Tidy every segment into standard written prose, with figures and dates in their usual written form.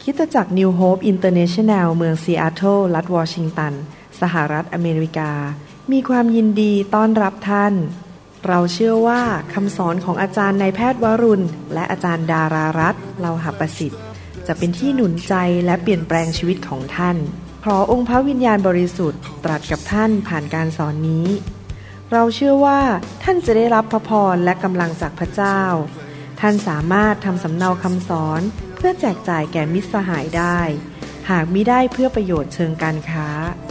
คริสตจักร New Hope International เมืองซีแอตเทิลรัฐวอชิงตันสหรัฐอเมริกามีความยินดีต้อนรับท่านเราเชื่อว่าคำสอนของอาจารย์นายแพทย์วรุณและอาจารย์ดารารัตน์เลาหประสิทธิ์จะเป็นที่หนุนใจและเปลี่ยนแปลงชีวิตของท่านขอองค์พระวิญญาณบริสุทธิ์ตรัสกับท่านผ่านการสอนนี้เราเชื่อว่าท่านจะได้รับพระพรและกำลังจากพระเจ้าท่านสามารถทำสำเนาคำสอนเพื่อแจกจ่ายแก่มิตรสหายได้หากมิได้เพื่อประโยชน์เชิงการค้า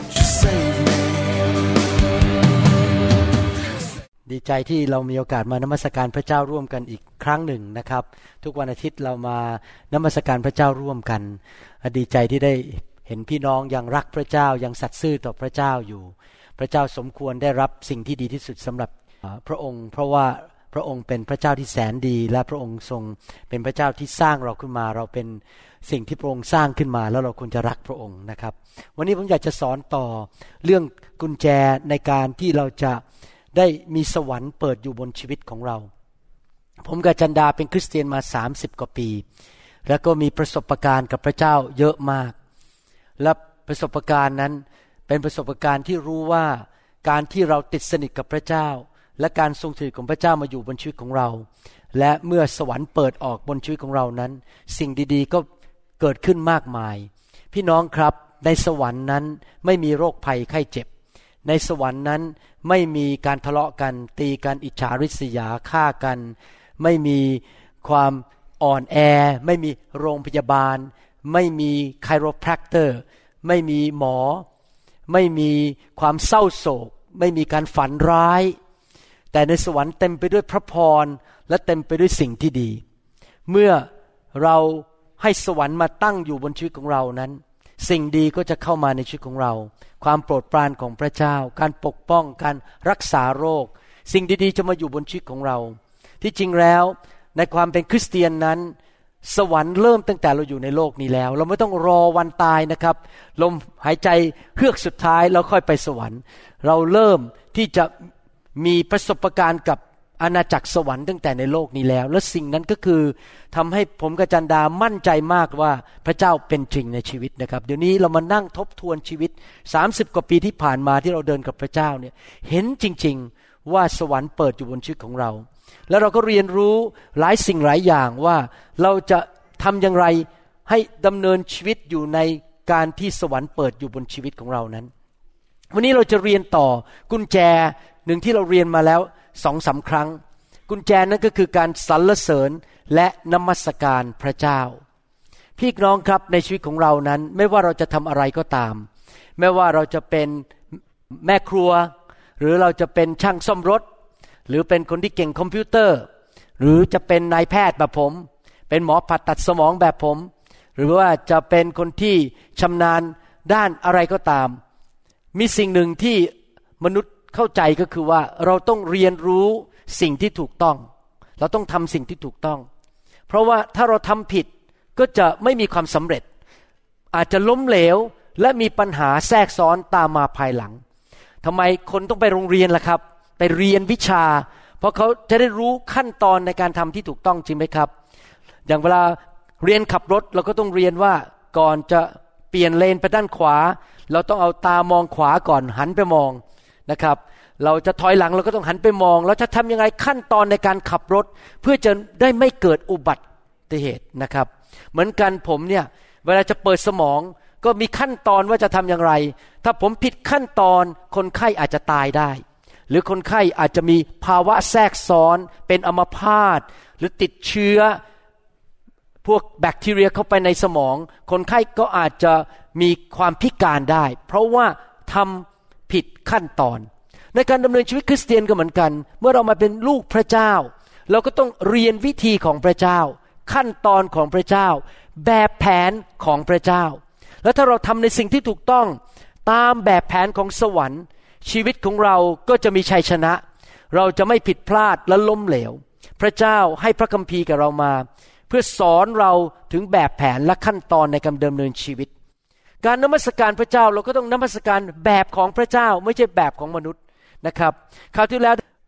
ดีใจที่เรามีโอกาสมานมัสการพระเจ้าร่วมกันอีกครั้งหนึ่งนะครับทุกวันอาทิตย์เรามานมัสการพระเจ้าร่วมกันดีใจที่ได้เห็นพี่น้องยังรักพระเจ้ายังสัตย์ซื่อต่อพระเจ้าอยู่พระเจ้าสมควรได้รับสิ่งที่ดีที่สุดสำหรับพระองค์เพราะว่าพระองค์เป็นพระเจ้าที่แสนดีและพระองค์ทรงเป็นพระเจ้าที่สร้างเราขึ้นมาเราเป็นสิ่งที่พระองค์สร้างขึ้นมาแล้วเราควรจะรักพระองค์นะครับวันนี้ผมอยากจะสอนต่อเรื่องกุญแจในการที่เราจะได้มีสวรรค์เปิดอยู่บนชีวิตของเราผมกับจันดาเป็นคริสเตียนมา30กว่าปีแล้วก็มีประสบการณ์กับพระเจ้าเยอะมากและประสบการณ์นั้นเป็นประสบการณ์ที่รู้ว่าการที่เราติดสนิทกับพระเจ้าและการทรงสถิตของพระเจ้ามาอยู่บนชีวิตของเราและเมื่อสวรรค์เปิดออกบนชีวิตของเรานั้นสิ่งดีๆก็เกิดขึ้นมากมายพี่น้องครับในสวรรค์นั้นไม่มีโรคภัยไข้เจ็บในสวรรค์นั้นไม่มีการทะเลาะกันตีกันอิจฉาริษยาฆ่ากันไม่มีความอ่อนแอไม่มีโรงพยาบาลไม่มีไคโรแพคเตอร์ไม่มีหมอไม่มีความเศร้าโศกไม่มีการฝันร้ายแต่ในสวรรค์เต็มไปด้วยพระพรและเต็มไปด้วยสิ่งที่ดีเมื่อเราให้สวรรค์มาตั้งอยู่บนชีวิตของเรานั้นสิ่งดีก็จะเข้ามาในชีวิตของเราความโปรดปรานของพระเจ้าการปกป้องการรักษาโรคสิ่งดีๆจะมาอยู่บนชีวิตของเราที่จริงแล้วในความเป็นคริสเตียนนั้นสวรรค์เริ่มตั้งแต่เราอยู่ในโลกนี้แล้วเราไม่ต้องรอวันตายนะครับลมหายใจเฮือกสุดท้ายแล้วค่อยไปสวรรค์เราเริ่มที่จะมีประสบการณ์กับอาณาจักรสวรรค์ตั้งแต่ในโลกนี้แล้วและสิ่งนั้นก็คือทำให้ผมกับจันดามั่นใจมากว่าพระเจ้าเป็นจริงในชีวิตนะครับเดี๋ยวนี้เรามานั่งทบทวนชีวิต30กว่าปีที่ผ่านมาที่เราเดินกับพระเจ้าเนี่ยเห็นจริงๆว่าสวรรค์เปิดอยู่บนชีวิตของเราแล้วเราก็เรียนรู้หลายสิ่งหลายอย่างว่าเราจะทำอย่างไรให้ดำเนินชีวิตอยู่ในการที่สวรรค์เปิดอยู่บนชีวิตของเรานั้นวันนี้เราจะเรียนต่อกุญแจหนึ่งที่เราเรียนมาแล้ว 2-3 ครั้งกุญแจนั้นก็คือการสรรเสริญและนมัสการพระเจ้าพี่น้องครับในชีวิตของเรานั้นไม่ว่าเราจะทำอะไรก็ตามไม่ว่าเราจะเป็นแม่ครัวหรือเราจะเป็นช่างซ่อมรถหรือเป็นคนที่เก่งคอมพิวเตอร์หรือจะเป็นนายแพทย์แบบผมเป็นหมอผ่าตัดสมองแบบผมหรือว่าจะเป็นคนที่ชำนาญด้านอะไรก็ตามมีสิ่งหนึ่งที่มนุษย์เข้าใจก็คือว่าเราต้องเรียนรู้สิ่งที่ถูกต้องเราต้องทำสิ่งที่ถูกต้องเพราะว่าถ้าเราทำผิดก็จะไม่มีความสำเร็จอาจจะล้มเหลวและมีปัญหาแทรกซ้อนตามมาภายหลังทำไมคนต้องไปโรงเรียนล่ะครับไปเรียนวิชาเพราะเขาจะได้รู้ขั้นตอนในการทำที่ถูกต้องจริงไหมครับอย่างเวลาเรียนขับรถเราก็ต้องเรียนว่าก่อนจะเปลี่ยนเลนไปด้านขวาเราต้องเอาตามองขวาก่อนหันไปมองนะครับเราจะถอยหลังเราก็ต้องหันไปมองแล้วจะทำยังไงขั้นตอนในการขับรถเพื่อจะได้ไม่เกิดอุบัติเหตุนะครับเหมือนกันผมเนี่ยเวลาจะเปิดสมองก็มีขั้นตอนว่าจะทำอย่างไรถ้าผมผิดขั้นตอนคนไข้อาจจะตายได้หรือคนไข้อาจจะมีภาวะแทรกซ้อนเป็นอัมพาตหรือติดเชื้อพวกแบคทีเรียเข้าไปในสมองคนไข้ก็อาจจะมีความพิการได้เพราะว่าทำผิดขั้นตอนในการดำเนินชีวิตคริสเตียนก็เหมือนกันเมื่อเรามาเป็นลูกพระเจ้าเราก็ต้องเรียนวิธีของพระเจ้าขั้นตอนของพระเจ้าแบบแผนของพระเจ้าแล้วถ้าเราทำในสิ่งที่ถูกต้องตามแบบแผนของสวรรค์ชีวิตของเราก็จะมีชัยชนะเราจะไม่ผิดพลาดและล้มเหลวพระเจ้าให้พระคัมภีร์กับเรามาเพื่อสอนเราถึงแบบแผนและขั้นตอนในการดำเนินชีวิตการนมัสการพระเจ้าเราก็ต้องนมัสการแบบของพระเจ้าไม่ใช่แบบของมนุษย์นะครับคราวที่แล้ว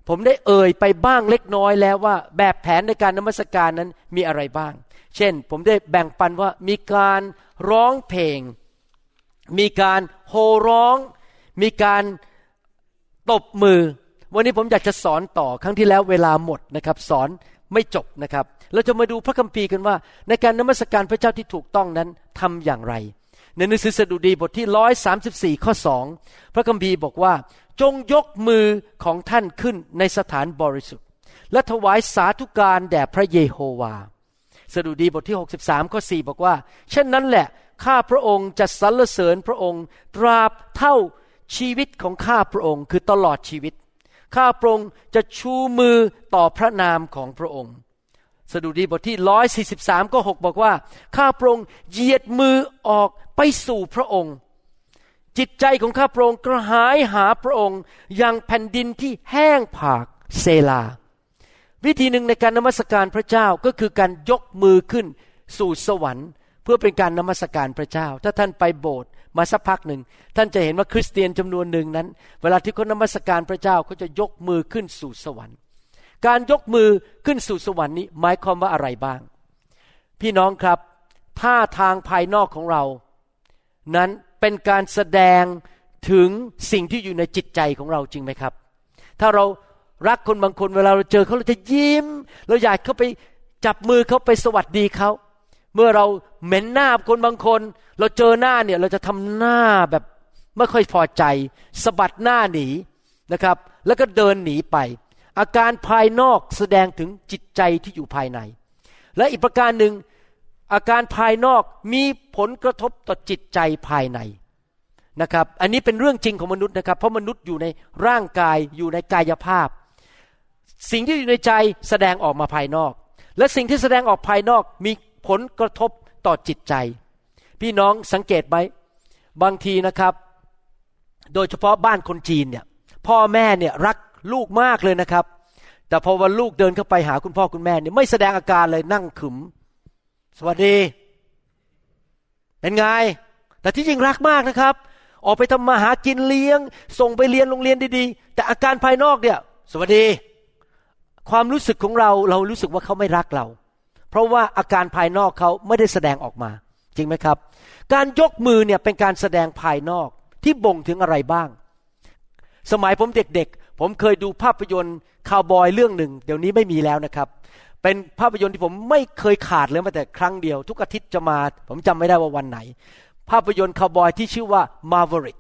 ผมได้เอ่ยไปบ้างเล็กน้อยแล้วว่าแบบแผนในการนมัสการนั้นมีอะไรบ้างเช่นผมได้แบ่งปันว่ามีการร้องเพลงมีการโห่ร้องมีการตบมือวันนี้ผมอยากจะสอนต่อครั้งที่แล้วเวลาหมดนะครับสอนไม่จบนะครับเราจะมาดูพระคัมภีร์กันว่าในการนมัสการพระเจ้าที่ถูกต้องนั้นทำอย่างไรในหนังสือสดุดีบทที่134ข้อ2พระคัมภีร์บอกว่าจงยกมือของท่านขึ้นในสถานบริสุทธิ์และถวายสาธุการแด่พระเยโฮวาสดุดีบทที่63ข้อ4บอกว่าเช่นนั้นแหละข้าพระองค์จะสรรเสริญพระองค์ตราบเท่าชีวิตของข้าพระองค์คือตลอดชีวิตข้าพระองค์จะชูมือต่อพระนามของพระองค์สดุดีบทที่143ข้อ6บอกว่าข้าพระองค์เหยียดมือออกไปสู่พระองค์จิตใจของข้าพระองค์กระหายหาพระองค์อย่างแผ่นดินที่แห้งผากเซลาวิธีหนึ่งในการนมัสการพระเจ้าก็คือการยกมือขึ้นสู่สวรรค์เพื่อเป็นการนมัสการพระเจ้าถ้าท่านไปโบสถ์มาสักพักหนึ่งท่านจะเห็นว่าคริสเตียนจำนวนหนึ่งนั้นเวลาที่เขานมัสการพระเจ้าเขาจะยกมือขึ้นสู่สวรรค์การยกมือขึ้นสู่สวรรค์นี้หมายความว่าอะไรบ้างพี่น้องครับท่าทางภายนอกของเรานั้นเป็นการแสดงถึงสิ่งที่อยู่ในจิตใจของเราจริงไหมครับถ้าเรารักคนบางคนเวลาเราเจอเขาเราจะยิ้มเราอยากเข้าไปจับมือเขาไปสวัสดีเขาเมื่อเราเหม็นหน้าคนบางคนเราเจอหน้าเนี่ยเราจะทำหน้าแบบไม่ค่อยพอใจสะบัดหน้าหนีนะครับแล้วก็เดินหนีไปอาการภายนอกแสดงถึงจิตใจที่อยู่ภายในและอีกประการหนึ่งอาการภายนอกมีผลกระทบต่อจิตใจภายในนะครับอันนี้เป็นเรื่องจริงของมนุษย์นะครับเพราะมนุษย์อยู่ในร่างกายอยู่ในกายภาพสิ่งที่อยู่ในใจแสดงออกมาภายนอกและสิ่งที่แสดงออกภายนอกมีผลกระทบต่อจิตใจพี่น้องสังเกตไหมบางทีนะครับโดยเฉพาะบ้านคนจีนเนี่ยพ่อแม่เนี่ยรักลูกมากเลยนะครับแต่พอวันลูกเดินเข้าไปหาคุณพ่อคุณแม่เนี่ยไม่แสดงอาการเลยนั่งขึมสวัสดีเป็นไงแต่ที่จริงรักมากนะครับออกไปทำมาหากินเลี้ยงส่งไปเรียนโรงเรียนดีๆแต่อาการภายนอกเนี่ยสวัสดีความรู้สึกของเรารู้สึกว่าเขาไม่รักเราเพราะว่าอาการภายนอกเขาไม่ได้แสดงออกมาจริงไหมครับการยกมือเนี่ยเป็นการแสดงภายนอกที่บ่งถึงอะไรบ้างสมัยผมเด็กๆผมเคยดูภาพยนตร์คาวบอยเรื่องหนึ่งเดี๋ยวนี้ไม่มีแล้วนะครับเป็นภาพยนตร์ที่ผมไม่เคยขาดเลยแม้แต่ครั้งเดียวทุกอาทิตย์จะมาผมจำไม่ได้ว่าวันไหนภาพยนตร์คาวบอยที่ชื่อว่า Maverick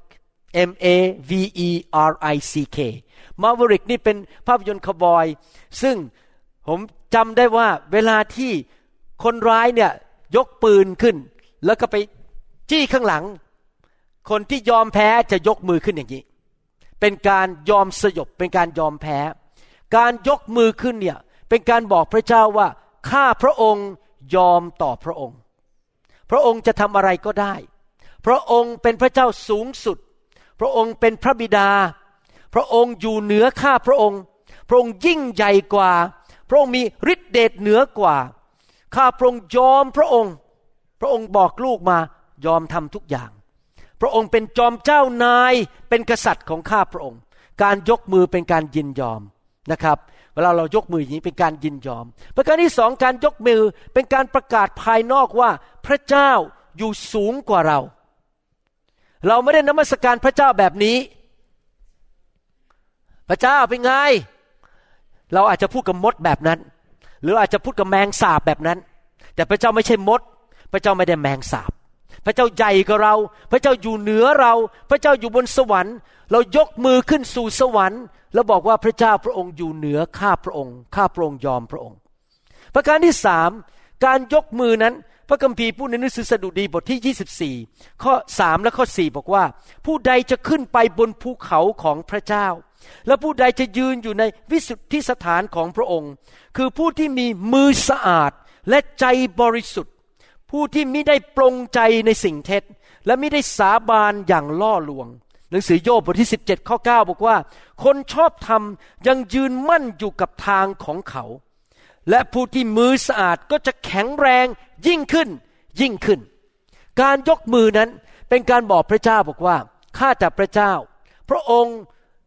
M-A-V-E-R-I-C-K Maverick นี่เป็นภาพยนตร์คาวบอยซึ่งผมจำได้ว่าเวลาที่คนร้ายเนี่ยยกปืนขึ้นแล้วก็ไปจี้ข้างหลังคนที่ยอมแพ้จะยกมือขึ้นอย่างนี้เป็นการยอมสยบเป็นการยอมแพ้การยกมือขึ้นเนี่ยเป็นการบอกพระเจ้าว่าข้าพระองค์ยอมต่อพระองค์พระองค์จะทำอะไรก็ได้พระองค์เป็นพระเจ้าสูงสุดพระองค์เป็นพระบิดาพระองค์อยู่เหนือข้าพระองค์พระองค์ยิ่งใหญ่กว่าพระองค์มีฤทธิเดชเหนือกว่าข้าพระองค์ยอมพระองค์พระองค์บอกลูกมายอมทำทุกอย่างพระองค์เป็นจอมเจ้านายเป็นกษัตริย์ของข้าพระองค์การยกมือเป็นการยินยอมนะครับเวลาเรายกมืออย่างนี้เป็นการยินยอมประการที่สองการยกมือเป็นการประกาศภายนอกว่าพระเจ้าอยู่สูงกว่าเราไม่ได้นมัสการพระเจ้าแบบนี้พระเจ้าเป็นไงเราอาจจะพูดกับมดแบบนั้นหรืออาจจะพูดกับแมงสาบแบบนั้นแต่พระเจ้าไม่ใช่มดพระเจ้าไม่ได้แมงสาบพระเจ้าใหญ่กว่าเราพระเจ้าอยู่เหนือเราพระเจ้าอยู่บนสวรรค์เรายกมือขึ้นสู่สวรรค์แล้วบอกว่าพระเจ้าพระองค์อยู่เหนือข้าพระองค์ข้าพระองค์ยอมพระองค์ประการที่สามการยกมือนั้นพระคัมภีร์พูดในหนังสือสดุดีบทที่24ข้อ3และข้อ4บอกว่าผู้ใดจะขึ้นไปบนภูเขาของพระเจ้าและผู้ใดจะยืนอยู่ในวิสุทธิสถานของพระองค์คือผู้ที่มีมือสะอาดและใจบริสุทธิ์ผู้ที่มิได้ปรงใจในสิ่งเท็จและมิได้สาบานอย่างล่อลวงหนังสือโยบบทที่17ข้อ9บอกว่าคนชอบธรรมยังยืนมั่นอยู่กับทางของเขาและผู้ที่มือสะอาดก็จะแข็งแรงยิ่งขึ้นยิ่งขึ้นการยกมือนั้นเป็นการบอกพระเจ้าบอกว่าข้าแต่พระเจ้าพระองค์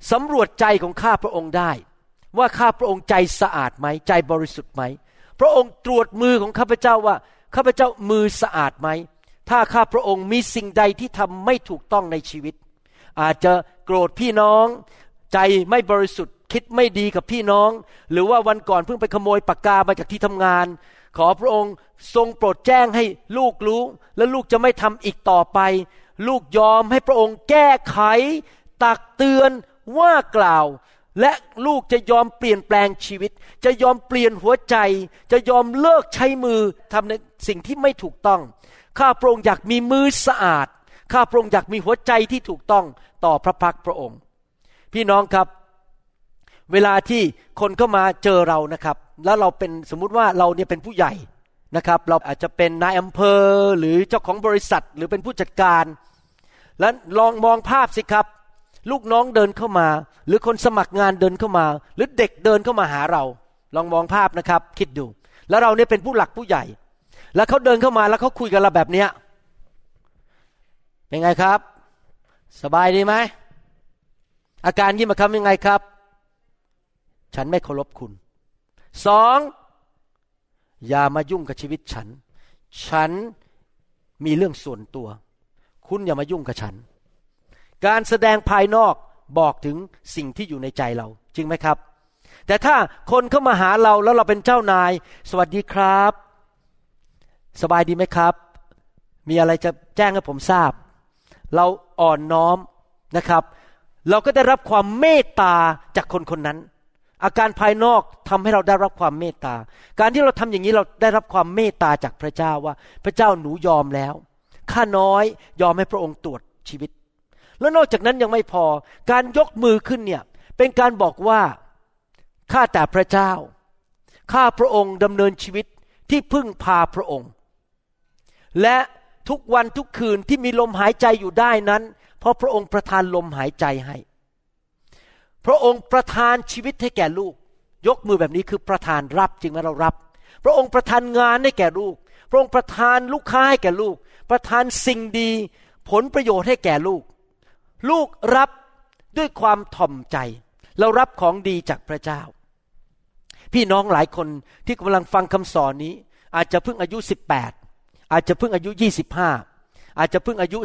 สำรวจใจของข้าพระองค์ได้ว่าข้าพระองค์ใจสะอาดไหมใจบริสุทธิ์ไหมพระองค์ตรวจมือของข้าพเจ้าว่าข้าพเจ้ามือสะอาดไหมถ้าข้าพระองค์มีสิ่งใดที่ทำไม่ถูกต้องในชีวิตอาจจะโกรธพี่น้องใจไม่บริสุทธิ์คิดไม่ดีกับพี่น้องหรือว่าวันก่อนเพิ่งไปขโมยปากกามาจากที่ทำงานขอพระองค์ทรงโปรดแจ้งให้ลูกรู้และลูกจะไม่ทำอีกต่อไปลูกยอมให้พระองค์แก้ไขตักเตือนว่ากล่าวและลูกจะยอมเปลี่ยนแปลงชีวิตจะยอมเปลี่ยนหัวใจจะยอมเลิกใช้มือทำในสิ่งที่ไม่ถูกต้องข้าพระองค์อยากมีมือสะอาดข้าพระองค์อยากมีหัวใจที่ถูกต้องต่อพระพักพระองค์พี่น้องครับเวลาที่คนเข้ามาเจอเรานะครับแล้วเราเป็นสมมุติว่าเราเนี่ยเป็นผู้ใหญ่นะครับเราอาจจะเป็นนายอำเภอหรือเจ้าของบริษัทหรือเป็นผู้จัดการแล้วลองมองภาพสิครับลูกน้องเดินเข้ามาหรือคนสมัครงานเดินเข้ามาหรือเด็กเดินเข้ามาหาเราลองมองภาพนะครับคิดดูแล้วเราเนี่ยเป็นผู้หลักผู้ใหญ่แล้วเขาเดินเข้ามาแล้วเขาคุยกับเราแบบเนี้ยเป็นไงครับสบายดีไหมอาการยิ่งมาคำยังไงครับฉันไม่เคารพคุณสองอย่ามายุ่งกับชีวิตฉันมีเรื่องส่วนตัวคุณอย่ามายุ่งกับฉันการแสดงภายนอกบอกถึงสิ่งที่อยู่ในใจเราจริงไหมครับแต่ถ้าคนเข้ามาหาเราแล้วเราเป็นเจ้านายสวัสดีครับสบายดีไหมครับมีอะไรจะแจ้งให้ผมทราบเราอ่อนน้อมนะครับเราก็ได้รับความเมตตาจากคนคนนั้นอาการภายนอกทำให้เราได้รับความเมตตาการที่เราทำอย่างนี้เราได้รับความเมตตาจากพระเจ้าว่าพระเจ้าหนูยอมแล้วข้าน้อยยอมให้พระองค์ตรวจชีวิตแล้วนอกจากนั้นยังไม่พอการยกมือขึ้นเนี่ยเป็นการบอกว่าข้าแต่พระเจ้าข้าพระองค์ดำเนินชีวิตที่พึ่งพาพระองค์และทุกวันทุกคืนที่มีลมหายใจอยู่ได้นั้นเพราะพระองค์ประทานลมหายใจให้พระองค์ประทานชีวิตให้แก่ลูกยกมือแบบนี้คือประทานรับจริงไหมเรารับพระองค์ประทานงานให้แก่ลูกพระองค์ประทานลูกค้าให้แก่ลูกประทานสิ่งดีผลประโยชน์ให้แก่ลูกลูกรับด้วยความถ่อมใจเรารับของดีจากพระเจ้าพี่น้องหลายคนที่กำลังฟังคำสอนนี้อาจจะเพิ่งอายุ18อาจจะเพิ่งอายุ25อาจจะเพิ่งอายุ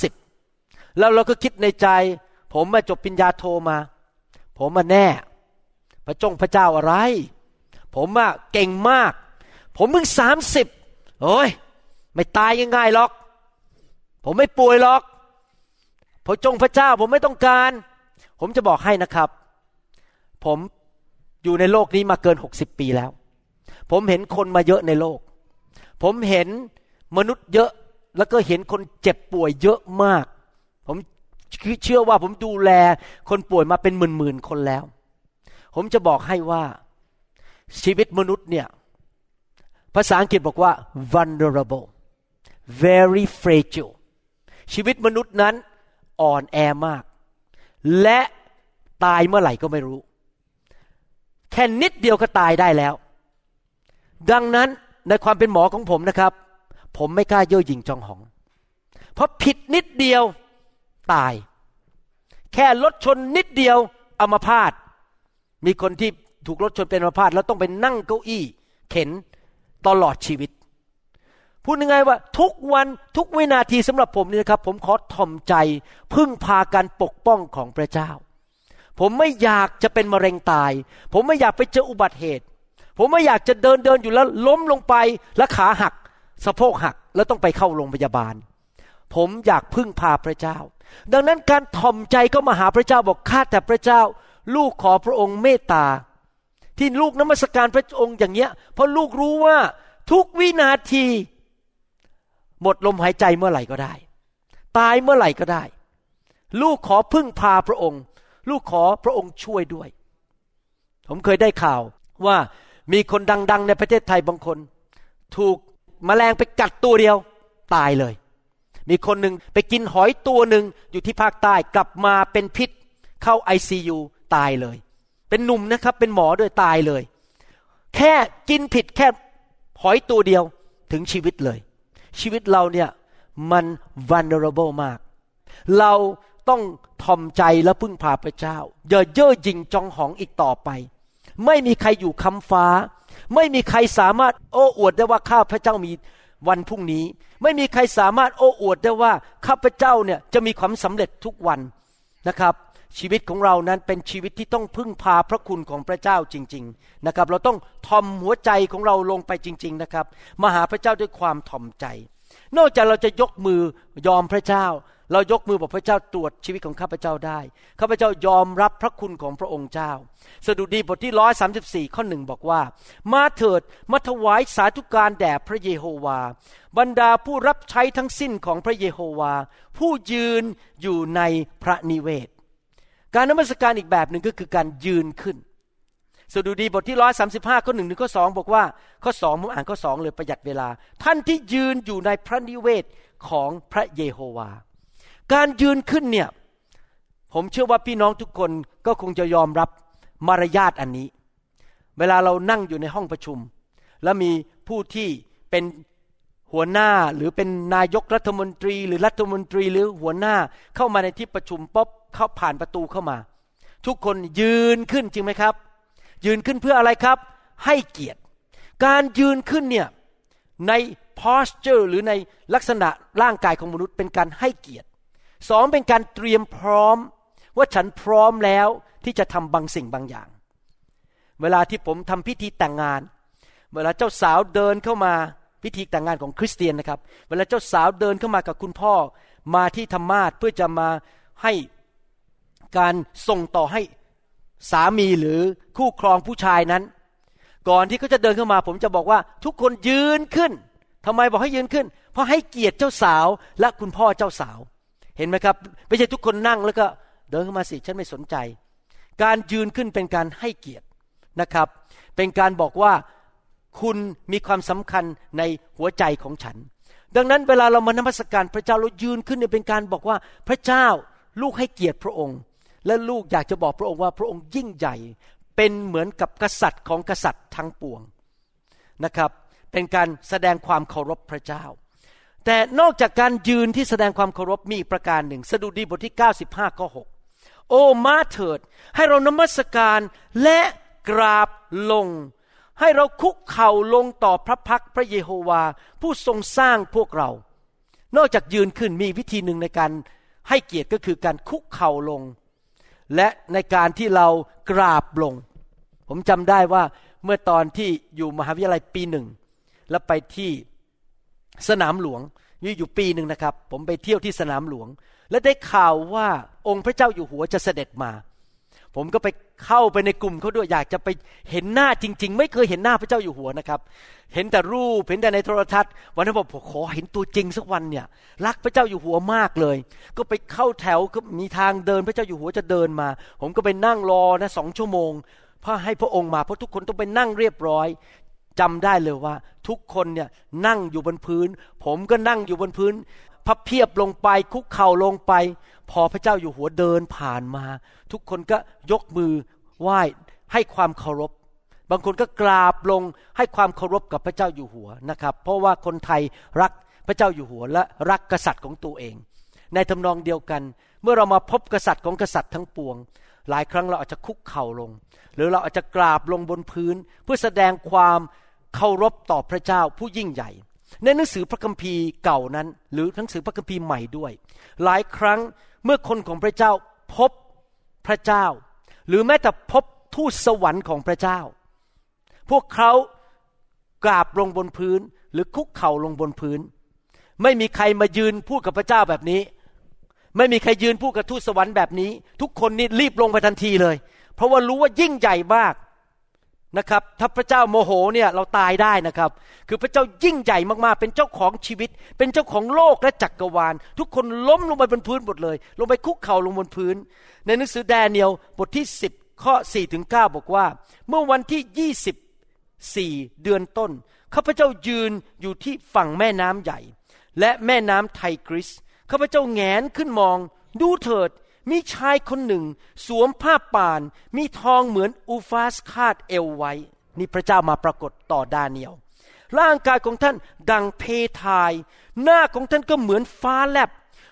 30แล้วเราก็คิดในใจผมมาจบปริญญาโทมาผมมาแน่พระเจ้าอะไรผมอะเก่งมากผมเพิ่ง30โอ้ยไม่ตายง่ายๆหรอกผมไม่ป่วยหรอกพระเจ้าผมไม่ต้องการผมจะบอกให้นะครับผมอยู่ในโลกนี้มาเกิน60ปีแล้วผมเห็นคนมาเยอะในโลกผมเห็นมนุษย์เยอะแล้วก็เห็นคนเจ็บป่วยเยอะมากผมเชื่อว่าผมดูแลคนป่วยมาเป็นหมื่นๆคนแล้วผมจะบอกให้ว่าชีวิตมนุษย์เนี่ยภาษาอังกฤษบอกว่า vulnerable very fragile ชีวิตมนุษย์นั้นอ่อนแอมากและตายเมื่อไหร่ก็ไม่รู้แค่นิดเดียวก็ตายได้แล้วดังนั้นในความเป็นหมอของผมนะครับผมไม่กล้าเย่อหยิ่งจองหองเพราะผิดนิดเดียวตายแค่รถชนนิดเดียวอัมพาตมีคนที่ถูกรถชนเป็นอัมพาตแล้วต้องไปนั่งเก้าอี้เข็นตลอดชีวิตพูดยังไงว่าทุกวันทุกวินาทีสำหรับผมนี่นะครับผมขอถ่อมใจพึ่งพาการปกป้องของพระเจ้าผมไม่อยากจะเป็นมะเร็งตายผมไม่อยากไปเจออุบัติเหตุผมไม่อยากจะเดินอยู่แล้วล้มลงไปแล้วขาหักสะโพกหักแล้วต้องไปเข้าโรงพยาบาลผมอยากพึ่งพาพระเจ้าดังนั้นการถ่อมใจเข้ามาหาพระเจ้าบอกข้าแต่พระเจ้าลูกขอพระองค์เมตตาที่ลูกนมัสการพระองค์อย่างเงี้ยเพราะลูกรู้ว่าทุกวินาทีหมดลมหายใจเมื่อไหร่ก็ได้ตายเมื่อไหร่ก็ได้ลูกขอพึ่งพาพระองค์ลูกขอพระองค์ช่วยด้วยผมเคยได้ข่าวว่ามีคนดังๆในประเทศไทยบางคนถูกแมลงไปกัดตัวเดียวตายเลยมีคนหนึ่งไปกินหอยตัวหนึ่งอยู่ที่ภาคใต้กลับมาเป็นพิษเข้า ICU ตายเลยเป็นหนุ่มนะครับเป็นหมอด้วยตายเลยแค่กินผิดแค่หอยตัวเดียวถึงชีวิตเลยชีวิตเราเนี่ยมัน vulnerable มากเราต้องถ่อมใจและพึ่งพาพระเจ้าอย่าเย่อหยิ่งจองหองอีกต่อไปไม่มีใครอยู่ค้ำฟ้าไม่มีใครสามารถโอ้อวดได้ว่าข้าพระเจ้ามีวันพรุ่งนี้ไม่มีใครสามารถโอ้อวดได้ว่าข้าพเจ้าเนี่ยจะมีความสำเร็จทุกวันนะครับชีวิตของเรานั้นเป็นชีวิตที่ต้องพึ่งพาพระคุณของพระเจ้าจริงๆนะครับเราต้องถ่อมหัวใจของเราลงไปจริงๆนะครับมาหาพระเจ้าด้วยความถ่อมใจนอกจากเราจะยกมือยอมพระเจ้าเรายกมือบอกพระเจ้าตรวจชีวิตของข้าพเจ้าได้ข้าพเจ้ายอมรับพระคุณของพระองค์เจ้าสดุดีบทที่134ข้อ1บอกว่ามาเถิดมาถวายสาธุการแด่พระเยโฮวาบรรดาผู้รับใช้ทั้งสิ้นของพระเยโฮวาผู้ยืนอยู่ในพระนิเวศการนมัสการอีกแบบหนึ่งก็คือการยืนขึ้นสดุดีบทที่135ข้อ1ถึงข้อ2บอกว่าข้อ2ผมอ่านข้อ2เลยประหยัดเวลาท่านที่ยืนอยู่ในพระนิเวศของพระเยโฮวาการยืนขึ้นเนี่ยผมเชื่อว่าพี่น้องทุกคนก็คงจะยอมรับมารยาทอันนี้เวลาเรานั่งอยู่ในห้องประชุมแล้วมีผู้ที่เป็นหัวหน้าหรือเป็นนายกรัฐมนตรีหรือรัฐมนตรีหรือหัวหน้าเข้ามาในที่ประชุมป๊อบเข้าผ่านประตูเข้ามาทุกคนยืนขึ้นจริงไหมครับยืนขึ้นเพื่ออะไรครับให้เกียรติการยืนขึ้นเนี่ยใน posture หรือในลักษณะร่างกายของมนุษย์เป็นการให้เกียรติสองเป็นการเตรียมพร้อมว่าฉันพร้อมแล้วที่จะทำบางสิ่งบางอย่างเวลาที่ผมทำพิธีแต่งงานเวลาเจ้าสาวเดินเข้ามาพิธีแต่งงานของคริสเตียนนะครับเวลาเจ้าสาวเดินเข้ามากับคุณพ่อมาที่ธรรมาสน์เพื่อจะมาให้การส่งต่อให้สามีหรือคู่ครองผู้ชายนั้นก่อนที่เขาจะเดินเข้ามาผมจะบอกว่าทุกคนยืนขึ้นทำไมบอกให้ยืนขึ้นเพราะให้เกียรติเจ้าสาวและคุณพ่อเจ้าสาวเห็นไหมครับไม่ใช่ทุกคนนั่งแล้วก็เดินเข้ามาสิฉันไม่สนใจการยืนขึ้นเป็นการให้เกียรตินะครับเป็นการบอกว่าคุณมีความสำคัญในหัวใจของฉันดังนั้นเวลาเรามานมัสการพระเจ้าเรายืนขึ้นเนี่ยเป็นการบอกว่าพระเจ้าลูกให้เกียรติพระองค์และลูกอยากจะบอกพระองค์ว่าพระองค์ยิ่งใหญ่เป็นเหมือนกับกษัตริย์ของกษัตริย์ทั้งปวงนะครับเป็นการแสดงความเคารพพระเจ้าแต่นอกจากการยืนที่แสดงความเคารพมีอีกประการหนึ่งสดุดีบทที่95ข้อ6โอ้มาเถิดให้เรานมัสการและกราบลงให้เราคุกเข่าลงต่อพระพักตร์พระเยโฮวาผู้ทรงสร้างพวกเรานอกจากยืนขึ้นมีวิธีหนึ่งในการให้เกียรติก็คือการคุกเข่าลงและในการที่เรากราบลงผมจำได้ว่าเมื่อตอนที่อยู่มหาวิทยาลัยปี1แล้วไปที่สนามหลวงอยู่ปีนึงนะครับผมไปเที่ยวที่สนามหลวงและได้ข่าวว่าองค์พระเจ้าอยู่หัวจะเสด็จมาผมก็ไปเข้าไปในกลุ่มเขาด้วยอยากจะไปเห็นหน้าจริงๆไม่เคยเห็นหน้าพระเจ้าอยู่หัวนะครับเห็นแต่รูปเห็นแต่ในโทรทัศน์วันนั้นผมขอเห็นตัวจริงสักวันเนี่ยรักพระเจ้าอยู่หัวมากเลยก็ไปเข้าแถวก็มีทางเดินพระเจ้าอยู่หัวจะเดินมาผมก็ไปนั่งรอนะ2 ชั่วโมงเพื่อให้พระองค์มาเพราะทุกคนต้องไปนั่งเรียบร้อยจำได้เลยว่าทุกคนเนี่ยนั่งอยู่บนพื้นผมก็นั่งอยู่บนพื้นพับเพียบลงไปคุกเข่าลงไปพอพระเจ้าอยู่หัวเดินผ่านมาทุกคนก็ยกมือไหว้ให้ความเคารพบางคนก็กราบลงให้ความเคารพกับพระเจ้าอยู่หัวนะครับเพราะว่าคนไทยรักพระเจ้าอยู่หัวและรักกษัตริย์ของตัวเองในทำนองเดียวกันเมื่อเรามาพบกษัตริย์ของกษัตริย์ทั้งปวงหลายครั้งเราอาจจะคุกเข่าลงหรือเราอาจจะกราบลงบนพื้นเพื่อแสดงความเคารพต่อพระเจ้าผู้ยิ่งใหญ่ในหนังสือพระคัมภีร์เก่านั้นหรือหนังสือพระคัมภีร์ใหม่ด้วยหลายครั้งเมื่อคนของพระเจ้าพบพระเจ้าหรือแม้แต่พบทูตสวรรค์ของพระเจ้าพวกเขากราบลงบนพื้นหรือคุกเข่าลงบนพื้นไม่มีใครมายืนพูดกับพระเจ้าแบบนี้ไม่มีใครยืนพูดกับทูตสวรรค์แบบนี้ทุกคนนี่รีบลงไปทันทีเลยเพราะว่ารู้ว่ายิ่งใหญ่มากนะครับถ้าพระเจ้าโมโหเนี่ยเราตายได้นะครับคือพระเจ้ายิ่งใหญ่มากๆเป็นเจ้าของชีวิตเป็นเจ้าของโลกและจักรวาลทุกคนล้มลงไปบนพื้นหมดเลยลงไปคุกเข่าลงบนพื้นในหนังสือแดเนียลบทที่10ข้อ4ถึง9บอกว่าเมื่อวันที่24เดือนต้นข้าพเจ้ายืนอยู่ที่ฝั่งแม่น้ำใหญ่และแม่น้ำไทกริสข้าพเจ้าแงนขึ้นมองดูเถิดมีชายคนหนึ่งสวมผ้าป่านมีทองเหมือนอูฟาสคาดเอวไว้นี่พระเจ้ามาปรากฏต่อดาเนียลร่างกายของท่านดังเพทายหน้าของท่านก็เหมือนฟ้าแลบ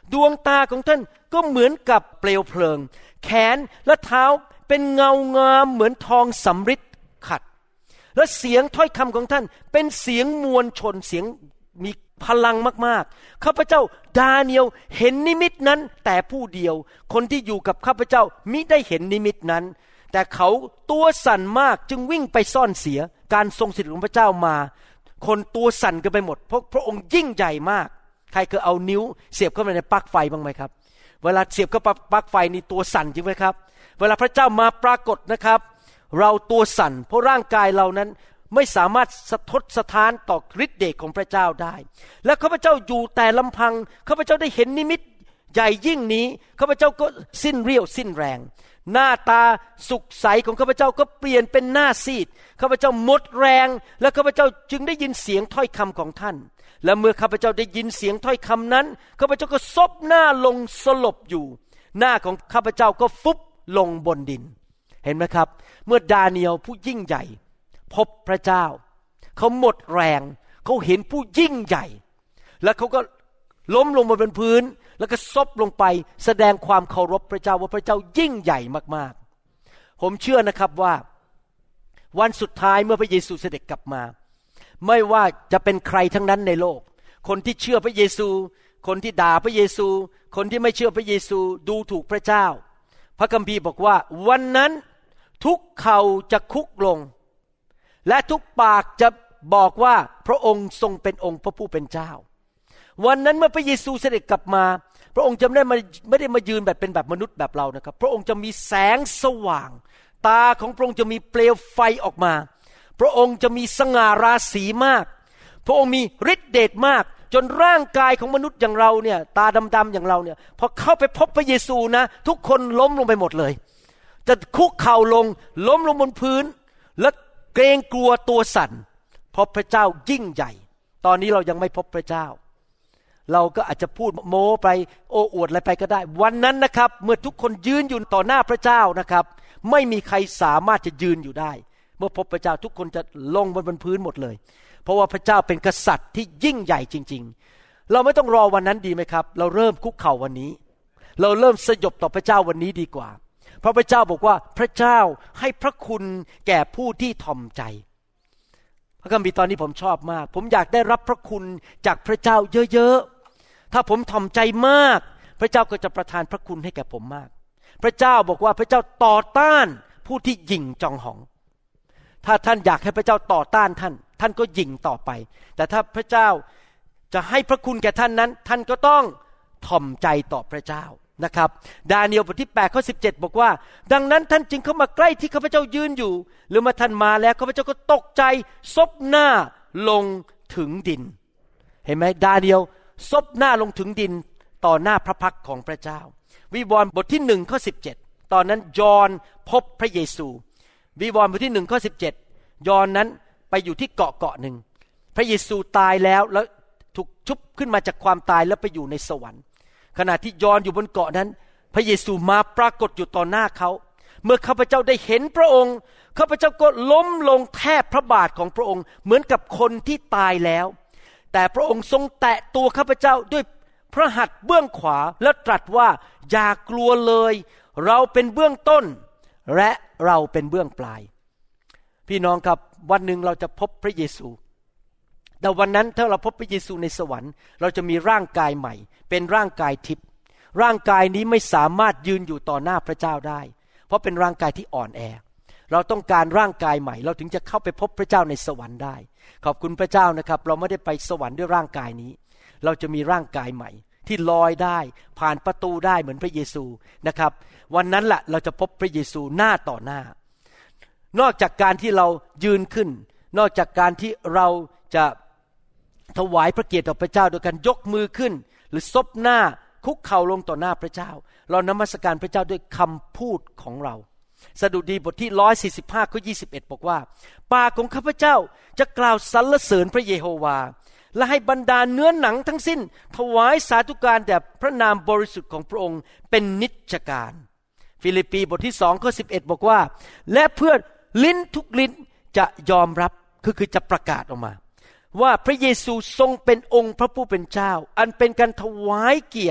ดวงตาของท่านก็เหมือนกับเปลวเพลิงแขนและเท้าเป็นเงางามเหมือนทองสำริดขัดและเสียงถ้อยคำของท่านเป็นเสียงมวลชนเสียงมีพลังมากๆข้าพเจ้าดาเนียลเห็นนิมิตนั้นแต่ผู้เดียวคนที่อยู่กับข้าพเจ้ามิได้เห็นนิมิตนั้นแต่เขาตัวสั่นมากจึงวิ่งไปซ่อนเสียการทรงสถิตของพระเจ้ามาคนตัวสั่นกันไปหมดเพราะพระองค์ยิ่งใหญ่มากใครเคยเอานิ้วเสียบเข้าไปในปลั๊กไฟบ้างไหมครับเวลาเสียบเข้าปลั๊กไฟนี่ตัวสั่นจริงไหมครับเวลาพระเจ้ามาปรากฏนะครับเราตัวสั่นเพราะร่างกายเรานั้นไม่สามารถสะทกสะท้านต่อฤทธิ์เดชของพระเจ้าได้และข้าพเจ้าอยู่แต่ลำพังข้าพเจ้าได้เห็นนิมิตใหญ่ยิ่งนี้ข้าพเจ้าก็สิ้นเรี่ยวสิ้นแรงหน้าตาสุขใสของข้าพเจ้าก็เปลี่ยนเป็นหน้าซีดข้าพเจ้าหมดแรงและข้าพเจ้าจึงได้ยินเสียงถ้อยคำของท่านและเมื่อข้าพเจ้าได้ยินเสียงถ้อยคำนั้นข้าพเจ้าก็ซบหน้าลงสลบอยู่หน้าของข้าพเจ้าก็ฟุบลงบนดินเห็นไหมครับเมื่อดาเนียลผู้ยิ่งใหญ่พบพระเจ้าเขาหมดแรงเขาเห็นผู้ยิ่งใหญ่แล้วเขาก็ล้มลงบนพื้นแล้วก็ซบลงไปแสดงความเคารพพระเจ้าว่าพระเจ้ายิ่งใหญ่มากๆผมเชื่อนะครับว่าวันสุดท้ายเมื่อพระเยซูเสด็จกลับมาไม่ว่าจะเป็นใครทั้งนั้นในโลกคนที่เชื่อพระเยซูคนที่ด่าพระเยซูคนที่ไม่เชื่อพระเยซูดูถูกพระเจ้าพระคัมภีร์บอกว่าวันนั้นทุกเข่าจะคุกลงและทุกปากจะบอกว่าพระองค์ทรงเป็นองค์พระผู้เป็นเจ้าวันนั้นเมื่อพระเยซูเสด็จกลับมาพระองค์จะไม่ได้มายืนแบบเป็นแบบมนุษย์แบบเรานะครับพระองค์จะมีแสงสว่างตาของพระองค์จะมีเปลวไฟออกมาพระองค์จะมีสง่าราศีมากพระองค์มีฤทธิ์เดชมากจนร่างกายของมนุษย์อย่างเราเนี่ยตาดำๆอย่างเราเนี่ยพอเข้าไปพบพระเยซูนะทุกคนล้มลงไปหมดเลยจะคุกเข่าลงล้มลงบนพื้นและเกรงกลัวตัวสั่นเพราะพระเจ้ายิ่งใหญ่ตอนนี้เรายังไม่พบพระเจ้าเราก็อาจจะพูดโม้ไปโอ้อวดอะไรไปก็ได้วันนั้นนะครับเมื่อทุกคนยืนอยู่ต่อหน้าพระเจ้านะครับไม่มีใครสามารถจะยืนอยู่ได้เมื่อพบพระเจ้าทุกคนจะลงบนพื้นหมดเลยเพราะว่าพระเจ้าเป็นกษัตริย์ที่ยิ่งใหญ่จริงๆเราไม่ต้องรอวันนั้นดีไหมครับเราเริ่มคุกเข่าวันนี้เราเริ่มสยบต่อพระเจ้าวันนี้ดีกว่าเพราะพระเจ้าบอกว่าพระเจ้าให้พระคุณแก่ผู้ที่ถ่อมใจพระคัมภีร์ตอนนี้ผมชอบมากผมอยากได้รับพระคุณจากพระเจ้าเยอะๆถ้าผมถ่อมใจมากพระเจ้าก็จะประทานพระคุณให้แก่ผมมากพระเจ้าบอกว่าพระเจ้าต่อต้านผู้ที่หยิ่งจองหองถ้าท่านอยากให้พระเจ้าต่อต้านท่านก็หยิ่งต่อไปแต่ถ้าพระเจ้าจะให้พระคุณแก่ท่านนั้นท่านก็ต้องถ่อมใจต่อพระเจ้านะครับดาเนียลบทที่8ข้อ17บอกว่าดังนั้นท่านจึงเข้ามาใกล้ที่ข้าพเจ้ายืนอยู่หรือเมื่อท่านมาแล้วข้าพเจ้าก็ตกใจซบหน้าลงถึงดินเห็นไหมดาเนียลซบหน้าลงถึงดินต่อหน้าพระพักของพระเจ้าวิวรณ์บทที่1ข้อ17ตอนนั้นยอห์นพบพระเยซูวิวรณ์บทที่1ข้อ17ยอห์นนั้นไปอยู่ที่เกาะหนึ่งพระเยซูตายแล้วถูกชุบขึ้นมาจากความตายแล้วไปอยู่ในสวรรค์ขณะที่ยอห์นอยู่บนเกาะนั้นพระเยซูมาปรากฏอยู่ต่อหน้าเขาเมื่อข้าพเจ้าได้เห็นพระองค์ข้าพเจ้าก็ล้มลงแทบพระบาทของพระองค์เหมือนกับคนที่ตายแล้วแต่พระองค์ทรงแตะตัวข้าพเจ้าด้วยพระหัตถ์เบื้องขวาและตรัสว่าอย่ากลัวเลยเราเป็นเบื้องต้นและเราเป็นเบื้องปลายพี่น้องครับวันหนึ่งเราจะพบพระเยซูแต่วันนั้นถ้าเราพบพระเยซูในสวรรค์เราจะมีร่างกายใหม่เป็นร่างกายทิพย์ร่างกายนี้ไม่สามารถยืนอยู่ต่อหน้าพระเจ้าได้เพราะเป็นร่างกายที่อ่อนแอเราต้องการร่างกายใหม่เราถึงจะเข้าไปพบพระเจ้าในสวรรค์ได้ขอบคุณพระเจ้านะครับเราไม่ได้ไปสวรรค์ด้วยร่างกายนี้เราจะมีร่างกายใหม่ที่ลอยได้ผ่านประตูได้เหมือนพระเยซูนะครับวันนั้นแหละเราจะพบพระเยซูหน้าต่อหน้านอกจากการที่เรายืนขึ้นนอกจากการที่เราจะถวายพระเกียรติต่อพระเจ้าโดยการยกมือขึ้นหรือซบหน้าคุกเข่าลงต่อหน้าพระเจ้าเรานมัสการพระเจ้าด้วยคำพูดของเราสดุดีบทที่145ข้อ21บอกว่าปากของข้าพเจ้าจะกล่าวสรรเสริญพระเยโฮวาและให้บรรดาเนื้อหนังทั้งสิ้นถวายสาธุการแด่พระนามบริสุทธิ์ของพระองค์เป็นนิจการฟิลิปปีบทที่2ข้อ11บอกว่าและเพื่อลิ้นทุกลิ้นจะยอมรับคือจะประกาศออกมาว่าพระเยซูทรงเป็นองค์พระผู้เป็นเจ้าอันเป็นการถวายเกียรติ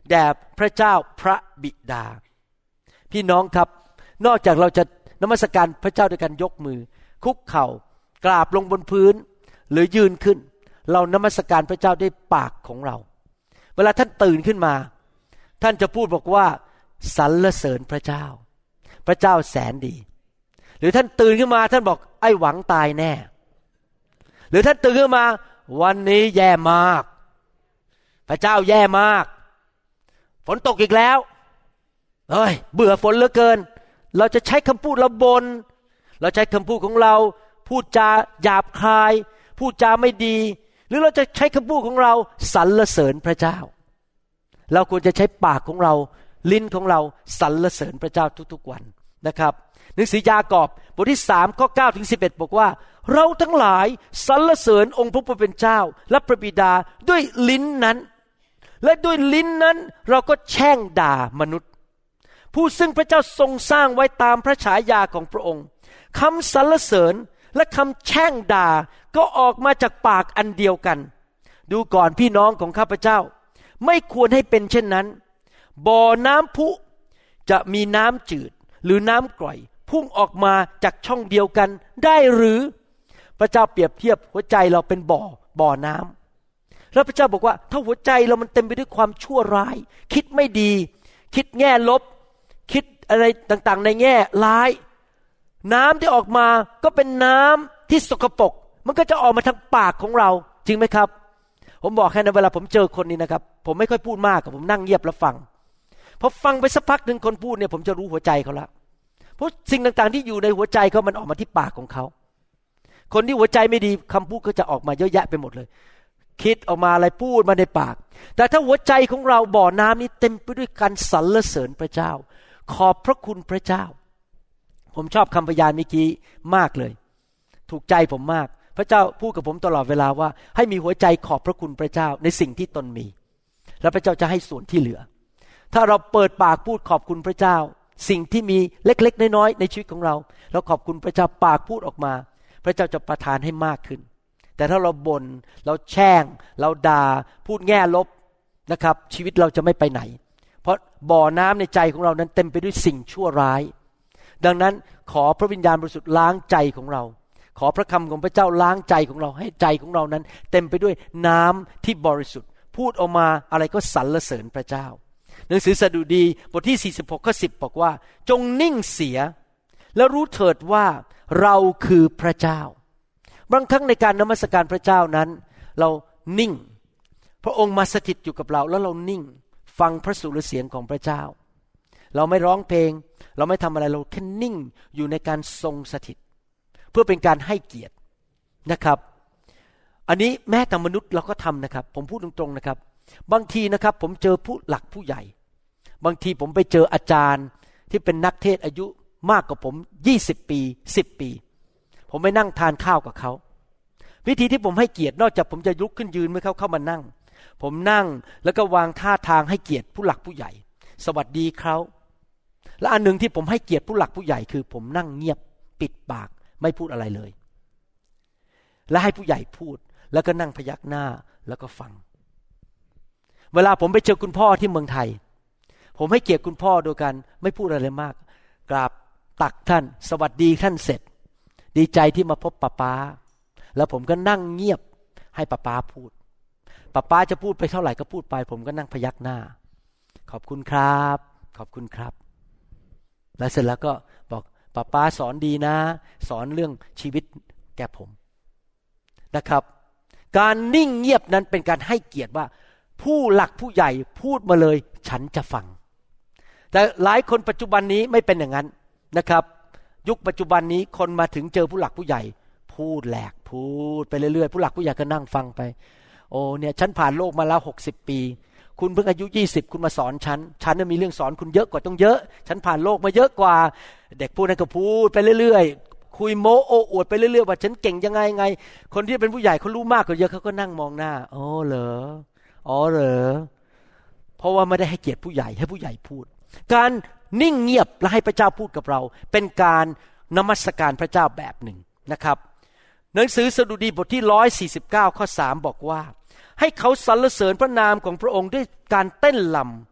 แด่พระเจ้าพระบิดาพี่น้องครับนอกจากเราจะนมัสการพระเจ้าด้วยการยกมือคุกเข่ากราบลงบนพื้นหรือยืนขึ้นเรานมัสการพระเจ้าด้วยปากของเราเวลาท่านตื่นขึ้นมาท่านจะพูดบอกว่าสรรเสริญพระเจ้าพระเจ้าแสนดีหรือท่านตื่นขึ้นมาท่านบอกไอ้หวังตายแน่หรือท่านตื่นขึ้นมาวันนี้แย่มากพระเจ้าแย่มากฝนตกอีกแล้วเฮ้ยเบื่อฝนเหลือเกินเราจะใช้คำพูดเราบ่นเราใช้คำพูดของเราพูดจาหยาบคายพูดจาไม่ดีหรือเราจะใช้คำพูดของเราสรรเสริญพระเจ้าเราควรจะใช้ปากของเราลิ้นของเราสรรเสริญพระเจ้าทุกๆวันนะครับหนังสือยากอบบทที่3ข้อ9ถึง11บอกว่าเราทั้งหลายสรรเสริญองค์พระผู้เป็นเจ้าและพระบิดาด้วยลิ้นนั้นและด้วยลิ้นนั้นเราก็แช่งด่ามนุษย์ผู้ซึ่งพระเจ้าทรงสร้างไว้ตามพระฉายาของพระองค์คำสรรเสริญและคำแช่งด่าก็ออกมาจากปากอันเดียวกันดูก่อนพี่น้องของข้าพเจ้าไม่ควรให้เป็นเช่นนั้นบ่อน้ำพุจะมีน้ำจืดหรือน้ำกร่อยพุ่งออกมาจากช่องเดียวกันได้หรือพระเจ้าเปรียบเทียบหัวใจเราเป็นบ่อน้ำแล้วพระเจ้าบอกว่าถ้าหัวใจเรามันเต็มไปด้วยความชั่วร้ายคิดไม่ดีคิดแง่ลบคิดอะไรต่างๆในแง่ร้ายน้ำที่ออกมาก็เป็นน้ำที่สกปรกมันก็จะออกมาทางปากของเราจริงไหมครับผมบอกแค่นั้นเวลาผมเจอคนนี้นะครับผมไม่ค่อยพูดมากผมนั่งเงียบแล้วฟังพอฟังไปสักพักนึงคนพูดเนี่ยผมจะรู้หัวใจเขาละเพราะสิ่งต่างๆที่อยู่ในหัวใจเขามันออกมาที่ปากของเขาคนที่หัวใจไม่ดีคำพูดก็จะออกมาเยอะแยะไปหมดเลยคิดออกมาอะไรพูดมาในปากแต่ถ้าหัวใจของเราบ่อน้ำนี้เต็มไปด้วยการสรรเสริญพระเจ้าขอบพระคุณพระเจ้าผมชอบคำพยานเมื่อกี้มากเลยถูกใจผมมากพระเจ้าพูดกับผมตลอดเวลาว่าให้มีหัวใจขอบพระคุณพระเจ้าในสิ่งที่ตนมีแล้วพระเจ้าจะให้ส่วนที่เหลือถ้าเราเปิดปากพูดขอบคุณพระเจ้าสิ่งที่มีเล็กๆน้อยๆในชีวิตของเราแล้วขอบคุณพระเจ้าปากพูดออกมาพระเจ้าจะประทานให้มากขึ้นแต่ถ้าเราบ่นเราแช่งเราด่าพูดแง่ลบนะครับชีวิตเราจะไม่ไปไหนเพราะบ่อน้ำในใจของเรานั้นเต็มไปด้วยสิ่งชั่วร้ายดังนั้นขอพระวิญญาณบริสุทธิ์ล้างใจของเราขอพระคำของพระเจ้าล้างใจของเราให้ใจของเรานั้นเต็มไปด้วยน้ำที่บริสุทธิ์พูดออกมาอะไรก็สรรเสริญพระเจ้าหนังสือสดุดีบทที่46ข้อ10บอกว่าจงนิ่งเสียแล้วรู้เถิดว่าเราคือพระเจ้าบางครั้งในการนมัสการพระเจ้านั้นเรานิ่งพระองค์มาสถิตอยู่กับเราแล้วเรานิ่งฟังพระสุรเสียงของพระเจ้าเราไม่ร้องเพลงเราไม่ทำอะไรเราแค่นิ่งอยู่ในการทรงสถิตเพื่อเป็นการให้เกียรตินะครับอันนี้แม้แต่มนุษย์เราก็ทำนะครับผมพูดตรงๆนะครับบางทีนะครับผมเจอผู้หลักผู้ใหญ่บางทีผมไปเจออาจารย์ที่เป็นนักเทศอายุมากกว่าผม20ปี10ปีผมไปนั่งทานข้าวกับเขาวิธีที่ผมให้เกียรตินอกจากผมจะลุกขึ้นยืนเมื่อเขาเข้ามานั่งผมนั่งแล้วก็วางท่าทางให้เกียรติผู้หลักผู้ใหญ่สวัสดีเขาและอันนึงที่ผมให้เกียรติผู้หลักผู้ใหญ่คือผมนั่งเงียบปิดปากไม่พูดอะไรเลยและให้ผู้ใหญ่พูดแล้วก็นั่งพยักหน้าแล้วก็ฟังเวลาผมไปเจอคุณพ่อที่เมืองไทยผมให้เกียรติคุณพ่อโดยการไม่พูดอะไรมากกราบตักท่านสวัสดีท่านเสร็จดีใจที่มาพบป้าแล้วผมก็นั่งเงียบให้ป้าพูดป้าจะพูดไปเท่าไหร่ก็พูดไปผมก็นั่งพยักหน้าขอบคุณครับขอบคุณครับแล้วเสร็จแล้วก็บอกป้าสอนดีนะสอนเรื่องชีวิตแก่ผมนะครับการนิ่งเงียบนั้นเป็นการให้เกียรติว่าผู้หลักผู้ใหญ่พูดมาเลยฉันจะฟังแต่หลายคนปัจจุบันนี้ไม่เป็นอย่างนั้นนะครับยุคปัจจุบันนี้คนมาถึงเจอผู้หลักผู้ใหญ่พูดแหลกพูดไปเรื่อยๆผู้หลักผู้ใหญ่ก็นั่งฟังไปโอ้เนี่ยฉันผ่านโลกมาแล้ว60ปีคุณเพิ่งอายุ20คุณมาสอนฉันมีเรื่องสอนคุณเยอะกว่าต้องเยอะฉันผ่านโลกมาเยอะกว่าเด็กพูดนั่นก็พูดไปเรื่อยๆคุยโม้โอ้อวดไปเรื่อยๆว่าฉันเก่งยังไงคนที่เป็นผู้ใหญ่เขารู้มากกว่าเยอะเขาก็นั่งมองหน้าอ๋อเหรอเพราะว่าไม่ได้ให้เกียรติผู้ใหญ่ให้ผู้ใหญ่พูดการนิ่งเงียบและให้พระเจ้าพูดกับเราเป็นการนมัสการพระเจ้าแบบหนึ่งนะครับหนังสือสดุดีบทที่149ข้อ3บอกว่าให้เขาสรรเสริญพระนามของพระองค์ด้วยการเต้นร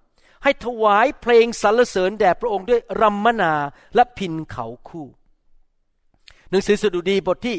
ให้ถวายเพลงสรรเสริญแด่พระองค์ด้วยรัมมนาและพิณเขาคู่หนังสือสดุดีบทที่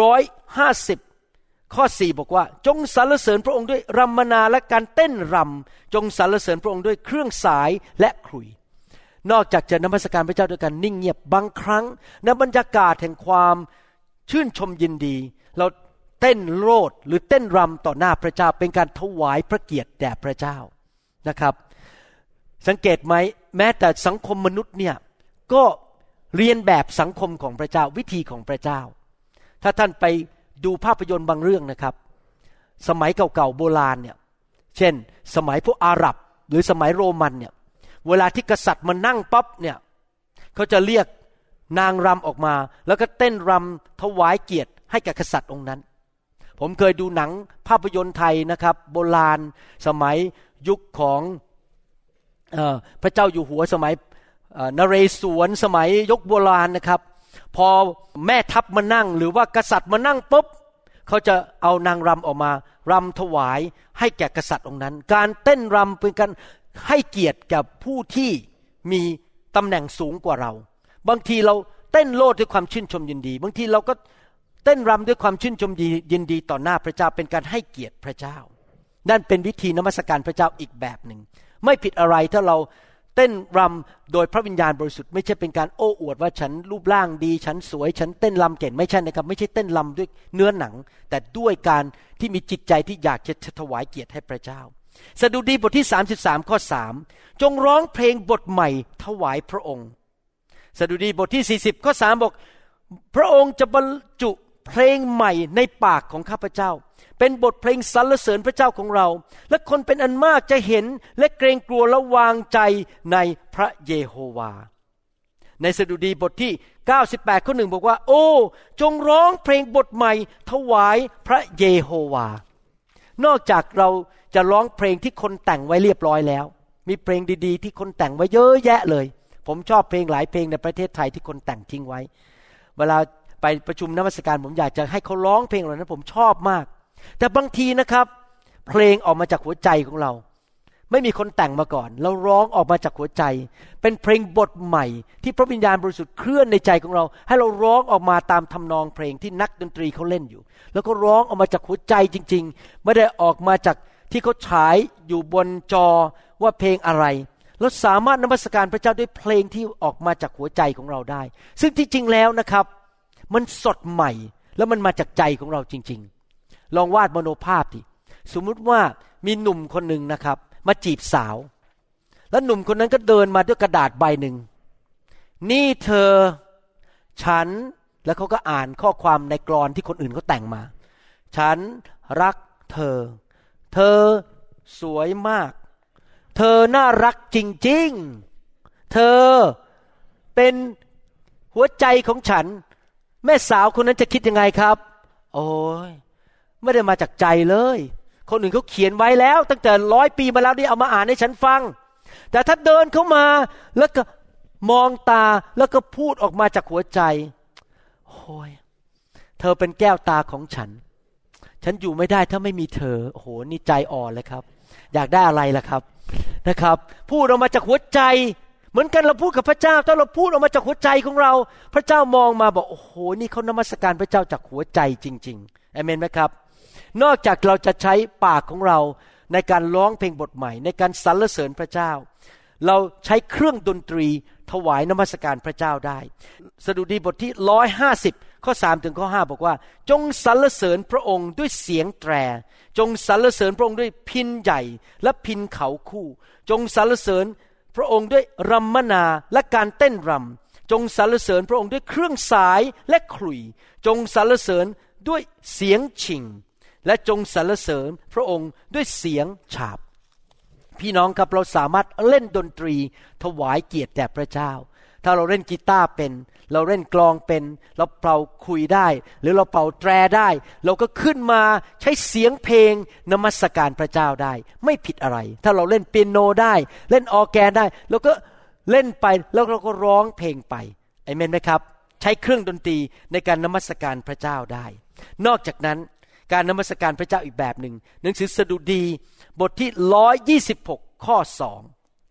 150ข้อ4บอกว่าจงสรรเสริญพระองค์ด้วยรัมมนาและการเต้นรำจงสรรเสริญพระองค์ด้วยเครื่องสายและขลุ่ยนอกจากจะนมัสการพระเจ้าด้วยการนิ่งเงียบบางครั้งในบรรยากาศแห่งความชื่นชมยินดีเราเต้นโลดหรือเต้นรำต่อหน้าพระเจ้าเป็นการถวายพระเกียรติแด่พระเจ้านะครับสังเกตไหมแม้แต่สังคมมนุษย์เนี่ยก็เรียนแบบสังคมของพระเจ้าวิธีของพระเจ้าถ้าท่านไปดูภาพยนตร์บางเรื่องนะครับสมัยเก่าๆโบราณเนี่ยเช่นสมัยพวกอาหรับหรือสมัยโรมันเนี่ยเวลาที่กษัตริย์มานั่งปั๊บเนี่ยเขาจะเรียกนางรำออกมาแล้วก็เต้นรำถวายเกียรติให้แก่กษัตริย์องค์นั้นผมเคยดูหนังภาพยนตร์ไทยนะครับโบราณสมัยยุคของพระเจ้าอยู่หัวสมัยนเรศวรสมัยยุคโบราณนะครับพอแม่ทัพมานั่งหรือว่ากษัตริย์มานั่งปุ๊บเขาจะเอานางรำออกมารำถวายให้แก่กษัตริย์องค์นั้นการเต้นรำเป็นการให้เกียรติกับผู้ที่มีตำแหน่งสูงกว่าเราบางทีเราเต้นโลดด้วยความชื่นชมยินดีบางทีเราก็เต้นรำด้วยความชื่นชมยินดีต่อหน้าพระเจ้าเป็นการให้เกียรติพระเจ้านั่นเป็นวิธีนมัสการพระเจ้าอีกแบบหนึ่งไม่ผิดอะไรถ้าเราเต้นรำโดยพระวิญญาณบริสุทธิ์ไม่ใช่เป็นการโอ้อวดว่าฉันรูปร่างดีฉันสวยฉันเต้นรำเก่งไม่ใช่นะครับไม่ใช่เต้นรำด้วยเนื้อหนังแต่ด้วยการที่มีจิตใจที่อยากจะถวายเกียรติให้พระเจ้าสดุดีบทที่33ข้อ3จงร้องเพลงบทใหม่ถวายพระองค์สดุดีบทที่40ข้อ3บอกพระองค์จะบรรจุเพลงใหม่ในปากของข้าพเจ้าเป็นบทเพลงสรรเสริญพระเจ้าของเราและคนเป็นอันมากจะเห็นและเกรงกลัวและวางใจในพระเยโฮวาในสดุดีบทที่98ข้อ1บอกว่าโอ้จงร้องเพลงบทใหม่ถวายพระเยโฮวานอกจากเราจะร้องเพลงที่คนแต่งไว้เรียบร้อยแล้วมีเพลงดีๆที่คนแต่งไว้เยอะแยะเลยผมชอบเพลงหลายเพลงในประเทศไทยที่คนแต่งทิ้งไว้เวลาไปประชุมนมัสการผมอยากจะให้เขาร้องเพลงเหล่านั้นผมชอบมากแต่บางทีนะครับเพลงออกมาจากหัวใจของเราไม่มีคนแต่งมาก่อนเราร้องออกมาจากหัวใจเป็นเพลงบทใหม่ที่พระวิญญาณบริสุทธิ์เคลื่อนในใจของเราให้เราร้องออกมาตามทำนองเพลงที่นักดนตรีเขาเล่นอยู่แล้วก็ร้องออกมาจากหัวใจจริงๆไม่ได้ออกมาจากที่เขาฉายอยู่บนจอว่าเพลงอะไรเราสามารถนมัสการพระเจ้าด้วยเพลงที่ออกมาจากหัวใจของเราได้ซึ่งที่จริงแล้วนะครับมันสดใหม่แล้วมันมาจากใจของเราจริงๆลองวาดมโนภาพดิสมมุติว่ามีหนุ่มคนหนึ่งนะครับมาจีบสาวแล้วหนุ่มคนนั้นก็เดินมาด้วยกระดาษใบหนึ่งนี่เธอฉันแล้วเขาก็อ่านข้อความในกลอนที่คนอื่นเขาแต่งมาฉันรักเธอเธอสวยมากเธอน่ารักจริงๆเธอเป็นหัวใจของฉันแม่สาวคนนั้นจะคิดยังไงครับโอ้ยไม่ได้มาจากใจเลยคนอื่นเขาเขียนไว้แล้วตั้งแต่100 ปีมาแล้วนี่เอามาอ่านให้ฉันฟังแต่ถ้าเดินเข้ามาแล้วก็มองตาแล้วก็พูดออกมาจากหัวใจโอ้ยเธอเป็นแก้วตาของฉันอยู่ไม่ได้ถ้าไม่มีเธอโอ้โหนี่ใจอ่อนเลยครับอยากได้อะไรล่ะครับนะครับพูดออกมาจากหัวใจเหมือนกันเราพูดกับพระเจ้าถ้าเราพูดออกมาจากหัวใจของเราพระเจ้ามองมาบอกโอ้โหนี่เขานมัสการพระเจ้าจากหัวใจจริงๆอาเมนไหมครับนอกจากเราจะใช้ปากของเราในการร้องเพลงบทใหม่ในการสรรเสริญพระเจ้าเราใช้เครื่องดนตรีถวายนมัสการพระเจ้าได้สดุดีบทที่150ข้อ3ถึงข้อ5บอกว่าจงสรรเสริญพระองค์ด้วยเสียงแตรจงสรรเสริญพระองค์ด้วยพิณใหญ่และพิณเขาคู่จงสรรเสริญพระองค์ด้วยรัมมนาและการเต้นรำจงสรรเสริญพระองค์ด้วยเครื่องสายและขลุ่ยจงสรรเสริญด้วยเสียงฉิงและจงสรรเสริญพระองค์ด้วยเสียงฉาบพี่น้องครับเราสามารถเล่นดนตรีถวายเกียรติแด่พระเจ้าถ้าเราเล่นกีตาร์เป็นเราเล่นกลองเป็นเราเป่าคุยได้หรือเราเป่าแตรได้เราก็ขึ้นมาใช้เสียงเพลงนมัสการพระเจ้าได้ไม่ผิดอะไรถ้าเราเล่นเปียโนได้เล่นออร์แกนได้เราก็เล่นไปแล้วเราก็ร้องเพลงไปอาเมนไหมครับใช้เครื่องดนตรีในการนมัสการพระเจ้าได้นอกจากนั้นการนมัสการพระเจ้าอีกแบบหนึ่งหนังสือสดุดีบทที่126ข้อ2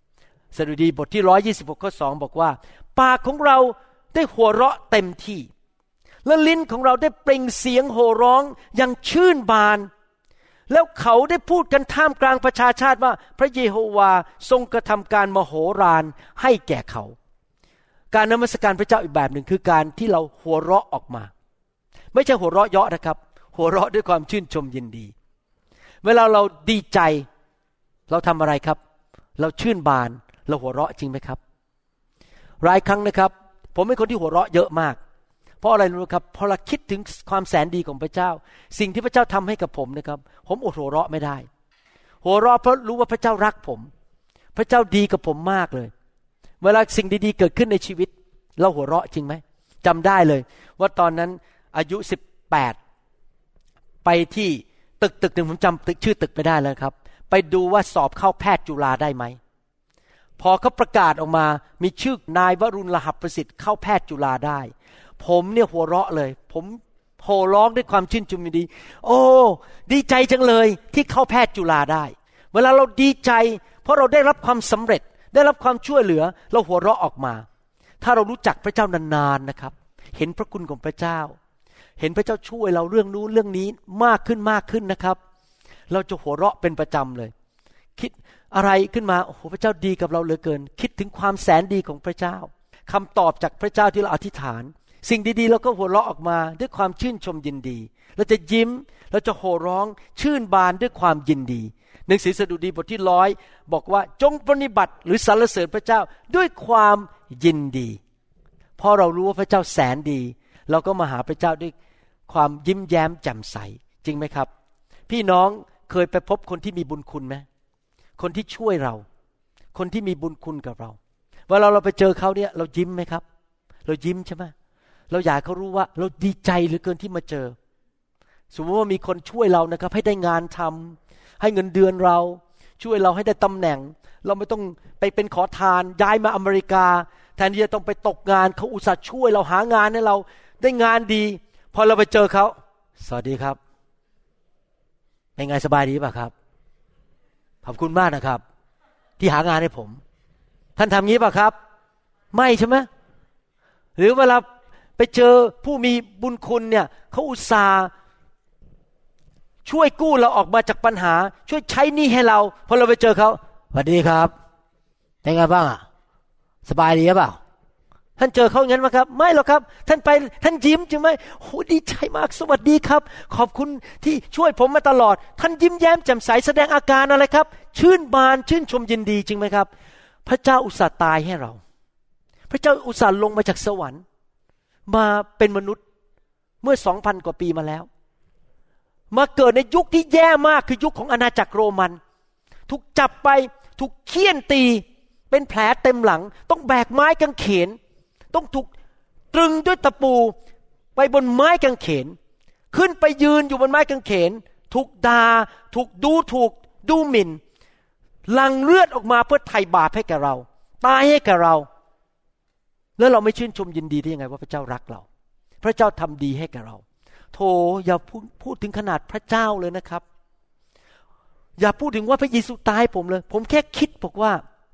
สดุดีบทที่126ข้อ2บอกว่าปากของเราได้หัวเราะเต็มที่และลิ้นของเราได้เปล่งเสียงโห่ร้องอย่างชื่นบานแล้วเขาได้พูดกันท่ามกลางประชาชาติว่าพระเยโฮวาทรงกระทำการมโหฬารให้แก่เขาการนมัสการพระเจ้าอีกแบบหนึ่งคือการที่เราหัวเราะออกมาไม่ใช่หัวเราะเยาะนะครับหัวเราะด้วยความชื่นชมยินดีเวลาเราดีใจเราทำอะไรครับเราชื่นบานเราหัวเราะจริงไหมครับหลายครั้งนะครับผมเป็นคนที่หัวเราะเยอะมากเพราะอะไรรู้ครับพอเราคิดถึงความแสนดีของพระเจ้าสิ่งที่พระเจ้าทำให้กับผมนะครับผมอดหัวเราะไม่ได้หัวเราะเพราะรู้ว่าพระเจ้ารักผมพระเจ้าดีกับผมมากเลยเวลาสิ่งดีๆเกิดขึ้นในชีวิตเราหัวเราะจริงไหมจำได้เลยว่าตอนนั้นอายุ18ไปที่ตึกหนึ่งผมจำชื่อตึกไม่ได้แล้วครับไปดูว่าสอบเข้าแพทย์จุฬาได้ไหมพอเขาประกาศออกมามีชื่อนายวรุณลหับประสิทธิ์เข้าแพทย์จุฬาได้ผมเนี่ยหัวเราะเลยผมโห่ร้องด้วยความชื่นชมยินดีโอ้ดีใจจังเลยที่เข้าแพทย์จุฬาได้เวลาเราดีใจเพราะเราได้รับความสำเร็จได้รับความช่วยเหลือเราหัวเราะออกมาถ้าเรารู้จักพระเจ้านานๆนะครับเห็นพระคุณของพระเจ้าเห็นพระเจ้าช่วยเราเรื่องนู้นเรื่องนี้มากขึ้นนะครับเราจะหัวเราะเป็นประจำเลยคิดอะไรขึ้นมาโอ้โหพระเจ้าดีกับเราเหลือเกินคิดถึงความแสนดีของพระเจ้าคำตอบจากพระเจ้าที่เราอธิษฐานสิ่งดีๆเราก็หัวเราะออกมาด้วยความชื่นชมยินดีเราจะยิ้มเราจะโห่ร้องชื่นบานด้วยความยินดีหนังสือสดุดีบทที่100บอกว่าจงปฏิบัติหรือสรรเสริญพระเจ้าด้วยความยินดีพอเรารู้ว่าพระเจ้าแสนดีเราก็มาหาพระเจ้าด้วยความยิ้มแย้มแจ่มใสจริงไหมครับพี่น้องเคยไปพบคนที่มีบุญคุณไหมคนที่ช่วยเราคนที่มีบุญคุณกับเราเวลาเราไปเจอเขาเนี่ยเรายิ้มไหมครับเรายิ้มใช่ไหมเราอยากเขารู้ว่าเราดีใจเหลือเกินที่มาเจอสมมติว่ามีคนช่วยเรานะครับให้ได้งานทำให้เงินเดือนเราช่วยเราให้ได้ตำแหน่งเราไม่ต้องไปเป็นขอทานย้ายมาอเมริกาแทนที่จะต้องไปตกงานเขาอุตส่าห์ช่วยเราหางานให้เราได้งานดีพอเราไปเจอเขาสวัสดีครับเป็นไงสบายดีป่ะครับขอบคุณมากนะครับที่หางานให้ผมท่านทำงี้ป่ะครับไม่ใช่ไหมหรือเวลาไปเจอผู้มีบุญคุณเนี่ยเขาอุตส่าห์ช่วยกู้เราออกมาจากปัญหาช่วยใช้หนี้ให้เราพอเราไปเจอเขาสวัสดีครับเป็นไงบ้างอ่ะสบายดีหรือเปล่าท่านเจอเขาอย่างนั้นไหมครับไม่หรอกครับท่านไปท่านยิ้มใช่ไหมโอ้ดีใจมากสวัสดีครับขอบคุณที่ช่วยผมมาตลอดท่านยิ้มแย้มแจ่มใสแสดงอาการอะไรครับชื่นบานชื่นชมยินดีจริงไหมครับพระเจ้าอุตส่าห์ตายให้เราพระเจ้าอุตส่าห์ลงมาจากสวรรค์มาเป็นมนุษย์เมื่อ 2,000 กว่าปีมาแล้วมาเกิดในยุคที่แย่มากคือยุคของอาณาจักรโรมันถูกจับไปถูกเฆี่ยนตีเป็นแผลเต็มหลังต้องแบกไม้กางเขนต้องถูกตรึงด้วยตะปูไปบนไม้กางเขนขึ้นไปยืนอยู่บนไม้กางเขนถูกด่าถูกดูหมิ่นหลั่งเลือดออกมาเพื่อไถ่บาปให้แก่เราตายให้แก่เราแล้วเราไม่ชื่นชมยินดีได้ยังไงว่าพระเจ้ารักเราพระเจ้าทำดีให้แก่เราโธ่อย่าพูดถึงขนาดพระเจ้าเลยนะครับอย่าพูดถึงว่าพระเยซูตายผมเลยผมแค่คิดบอกว่า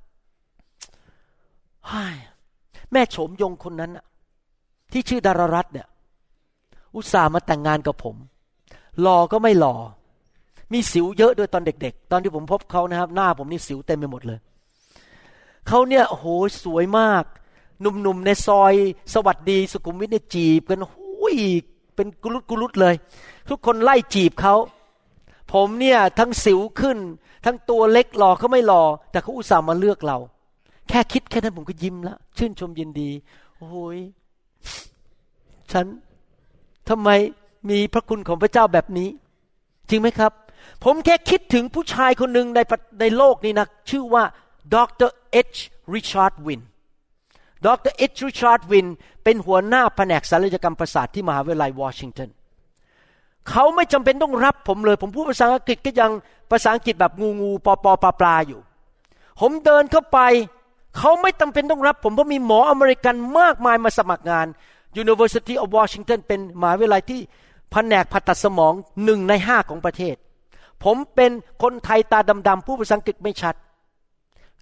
แม่โฉมยงคนนั้นที่ชื่อดารรัตน์เนี่ยอุตส่าห์มาแต่งงานกับผมหล่อก็ไม่หล่อมีสิวเยอะด้วยตอนเด็กๆตอนที่ผมพบเขานะครับหน้าผมนี่สิวเต็มไปหมดเลยเขาเนี่ยโอ้โหสวยมากหนุ่มๆในซอยสวัสดีสุขุมวิทเนี่ยจีบกันหุ้ยเป็นกุลุดเลยทุกคนไล่จีบเขาผมเนี่ยทั้งสิวขึ้นทั้งตัวเล็กหล่อเขาไม่หล่อแต่เขาอุตส่าห์มาเลือกเราแค่คิดแค่นั้นผมก็ยิ้มแล้วชื่นชมยินดีโอ้ยฉันทำไมมีพระคุณของพระเจ้าแบบนี้จริงไหมครับผมแค่คิดถึงผู้ชายคนหนึ่งในโลกนี้นะชื่อว่าดร. H. Richard Winnดร. H. Richard Winn เป็นหัวหน้าแผนกศัลยกรรมประสาทที่มหาวิทยาลัยวอชิงตันเขาไม่จำเป็นต้องรับผมเลยผมพูดภาษาอังกฤษก็ยังภาษาอังกฤษแบบงูปอปลาอยู่ผมเดินเข้าไปเขาไม่จำเป็นต้องรับผมเพราะมีหมออเมริกันมากมายมาสมัครงาน University of Washington เป็นมหาวิทยาลัยที่แผนกผ่าตัดสมอง1 ใน 5ของประเทศผมเป็นคนไทยตาดำๆพูดภาษาอังกฤษไม่ชัด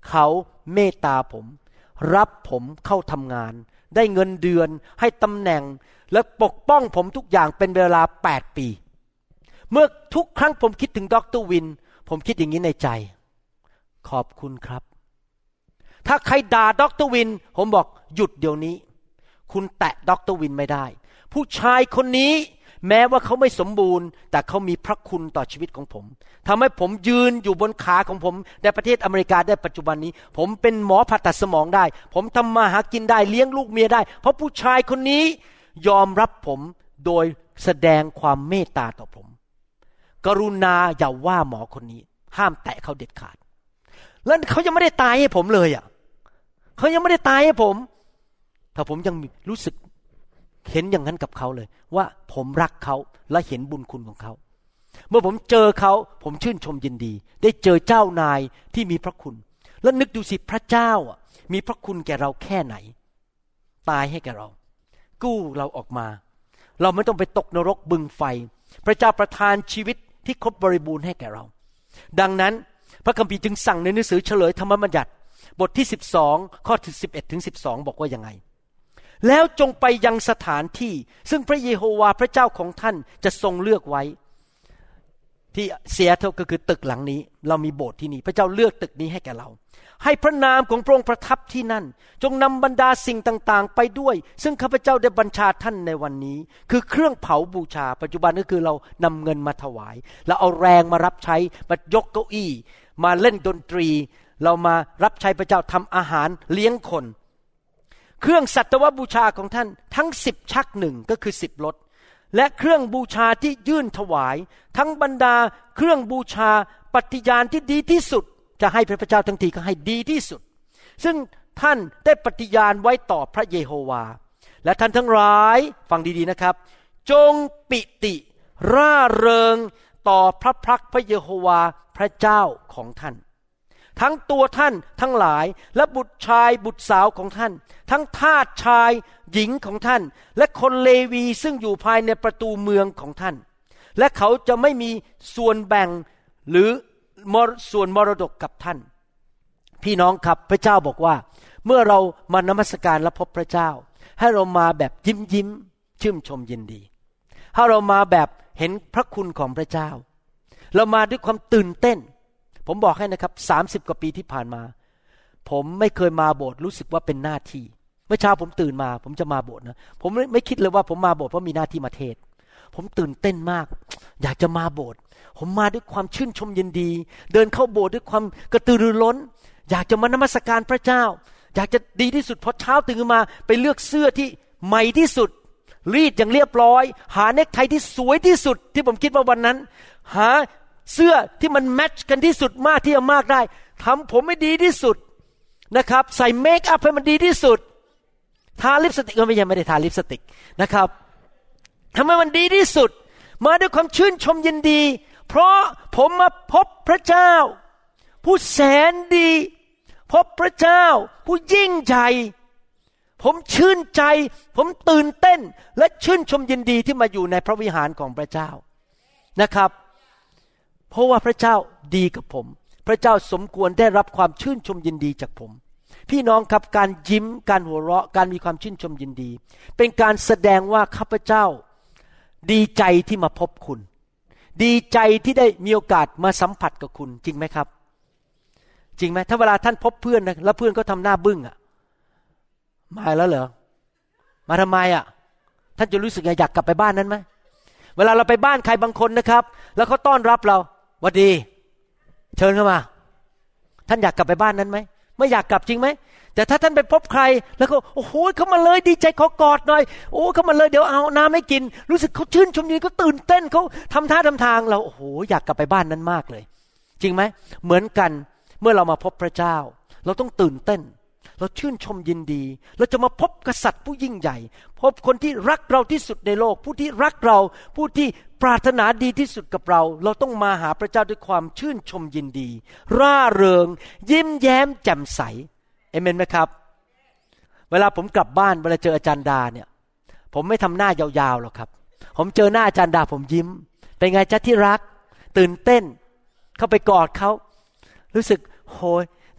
เขาเมตตาผมรับผมเข้าทำงานได้เงินเดือนให้ตำแหน่งและปกป้องผมทุกอย่างเป็นเวลา8 ปีเมื่อทุกครั้งผมคิดถึงดร.วินผมคิดอย่างนี้ในใจขอบคุณครับถ้าใครด่าดร.วินผมบอกหยุดเดี๋ยวนี้คุณแตะดร.วินไม่ได้ผู้ชายคนนี้แม้ว่าเขาไม่สมบูรณ์แต่เขามีพระคุณต่อชีวิตของผมทำให้ผมยืนอยู่บนขาของผมในประเทศอเมริกาได้ปัจจุบันนี้ผมเป็นหมอผ่าตัดสมองได้ผมทำมาหากินได้เลี้ยงลูกเมียได้เพราะผู้ชายคนนี้ยอมรับผมโดยแสดงความเมตตาต่อผมกรุณาอย่าว่าหมอคนนี้ห้ามแตะเขาเด็ดขาดแล้วเขายังไม่ได้ตายให้ผมเลยอ่ะเขายังไม่ได้ตายให้ผมถ้าผมยังรู้สึกเห็นอย่างนั้นกับเขาเลยว่าผมรักเขาและเห็นบุญคุณของเขาเมื่อผมเจอเขาผมชื่นชมยินดีได้เจอเจ้านายที่มีพระคุณแล้วนึกดูสิพระเจ้ามีพระคุณแก่เราแค่ไหนตายให้แก่เรากู้เราออกมาเราไม่ต้องไปตกนรกบึงไฟพระเจ้าประทานชีวิตที่ครบบริบูรณ์ให้แก่เราดังนั้นพระคัมภีร์จึงสั่งในหนังสือเฉลยธรรมบัญญัติบทที่12ข้อ11ถึง12บอกว่ายังไงแล้วจงไปยังสถานที่ซึ่งพระเยโฮวาห์พระเจ้าของท่านจะทรงเลือกไว้ที่เซียเทิลก็คือตึกหลังนี้เรามีโบสถ์ที่นี่พระเจ้าเลือกตึกนี้ให้แก่เราให้พระนามของพระองค์ประทับที่นั่นจงนำบรรดาสิ่งต่างๆไปด้วยซึ่งข้าพเจ้าได้บัญชาท่านในวันนี้คือเครื่องเผาบูชาปัจจุบันก็คือเรานำเงินมาถวายเราเอาแรงมารับใช้มายกเก้าอี้มาเล่นดนตรีเรามารับใช้พระเจ้าทำอาหารเลี้ยงคนเครื่องสัตวบูชาของท่านทั้ง10ชักหนึ่งก็คือ10รถและเครื่องบูชาที่ยื่นถวายทั้งบรรดาเครื่องบูชาปฏิญาณที่ดีที่สุดจะให้พระเจ้าทั้งทีก็ให้ดีที่สุดซึ่งท่านได้ปฏิญาณไว้ต่อพระเยโฮวาห์และท่านทั้งหลายฟังดีๆนะครับจงปิติร่าเริงต่อพระพักพระเยโฮวาห์พระเจ้าของท่านทั้งตัวท่านทั้งหลายและบุตรชายบุตรสาวของท่านทั้งทาสชายหญิงของท่านและคนเลวีซึ่งอยู่ภายในประตูเมืองของท่านและเขาจะไม่มีส่วนแบ่งหรือส่วนมรดกกับท่านพี่น้องครับพระเจ้าบอกว่าเมื่อเรามานมัสการและพบพระเจ้าให้เรามาแบบยิ้มชื่นชมยินดีให้เรามาแบบเห็นพระคุณของพระเจ้าเรามาด้วยความตื่นเต้นผมบอกให้นะครับ30 กว่าปีที่ผ่านมาผมไม่เคยมาโบสถ์รู้สึกว่าเป็นหน้าที่เมื่อเช้าผมตื่นมาผมจะมาโบสถ์นะผมไม่คิดเลยว่าผมมาโบสถ์เพราะมีหน้าที่มาเทศน์ผมตื่นเต้นมากอยากจะมาโบสถ์ผมมาด้วยความชื่นชมยินดีเดินเข้าโบสถ์ด้วยความกระตือรือร้นอยากจะมานมัสการพระเจ้าอยากจะดีที่สุดพอเช้าตื่นมาไปเลือกเสื้อที่ใหม่ที่สุดรีดอย่างเรียบร้อยหาเนคไทที่สวยที่สุดที่ผมคิดว่าวันนั้นหาเสื้อที่มันแมทช์กันที่สุดมากที่จะมากได้ทำผมให้ดีที่สุดนะครับใส่เมคอัพให้มันดีที่สุดทาลิปสติกก็ไม่ได้ทาลิปสติกนะครับทำให้มันดีที่สุดมาด้วยความชื่นชมยินดีเพราะผมมาพบพระเจ้าผู้แสนดีพบพระเจ้าผู้ยิ่งใหญ่ผมชื่นใจผมตื่นเต้นและชื่นชมยินดีที่มาอยู่ในพระวิหารของพระเจ้านะครับเพราะว่าพระเจ้าดีกับผมพระเจ้าสมควรได้รับความชื่นชมยินดีจากผมพี่น้องครับการยิ้มการหัวเราะการมีความชื่นชมยินดีเป็นการแสดงว่าข้าพเจ้าดีใจที่มาพบคุณดีใจที่ได้มีโอกาสมาสัมผัสกับคุณจริงไหมครับจริงไหมถ้าเวลาท่านพบเพื่อนนะแล้วเพื่อนเขาทำหน้าบึ้งมาแล้วเหรอมาทำไมท่านจะรู้สึกอยากกลับไปบ้านนั้นไหมเวลาเราไปบ้านใครบางคนนะครับแล้วเขาต้อนรับเราหวัดดีเชิญเข้ามาท่านอยากกลับไปบ้านนั้นไหมไม่อยากกลับจริงไหมแต่ถ้าท่านไปพบใครแล้วก็โอ้โหเขามาเลยดีใจขอกอดหน่อยโอ้เขามาเลยเดี๋ยวเอาน้ำให้กินรู้สึกเขาชื่นชมยินดีเขาตื่นเต้นเขาทำท่าทำทางเราโอ้โหอยากกลับไปบ้านนั้นมากเลยจริงไหมเหมือนกันเมื่อเรามาพบพระเจ้าเราต้องตื่นเต้นเราชื่นชมยินดีเราจะมาพบกษัตริย์ผู้ยิ่งใหญ่พบคนที่รักเราที่สุดในโลกผู้ที่รักเราผู้ที่ปรารถนาดีที่สุดกับเราเราต้องมาหาพระเจ้าด้วยความชื่นชมยินดีร่าเริงยิ้มแย้มแจ่มใสเอเมนไหมครับเวลาผมกลับบ้านเวลาเจออาจารย์ดาเนี่ยผมไม่ทำหน้ายาวๆหรอกครับผมเจอหน้าอาจารย์ดาผมยิ้มเป็นไงจ๊ะที่รักตื่นเต้นเข้าไปกอดเขารู้สึกโหย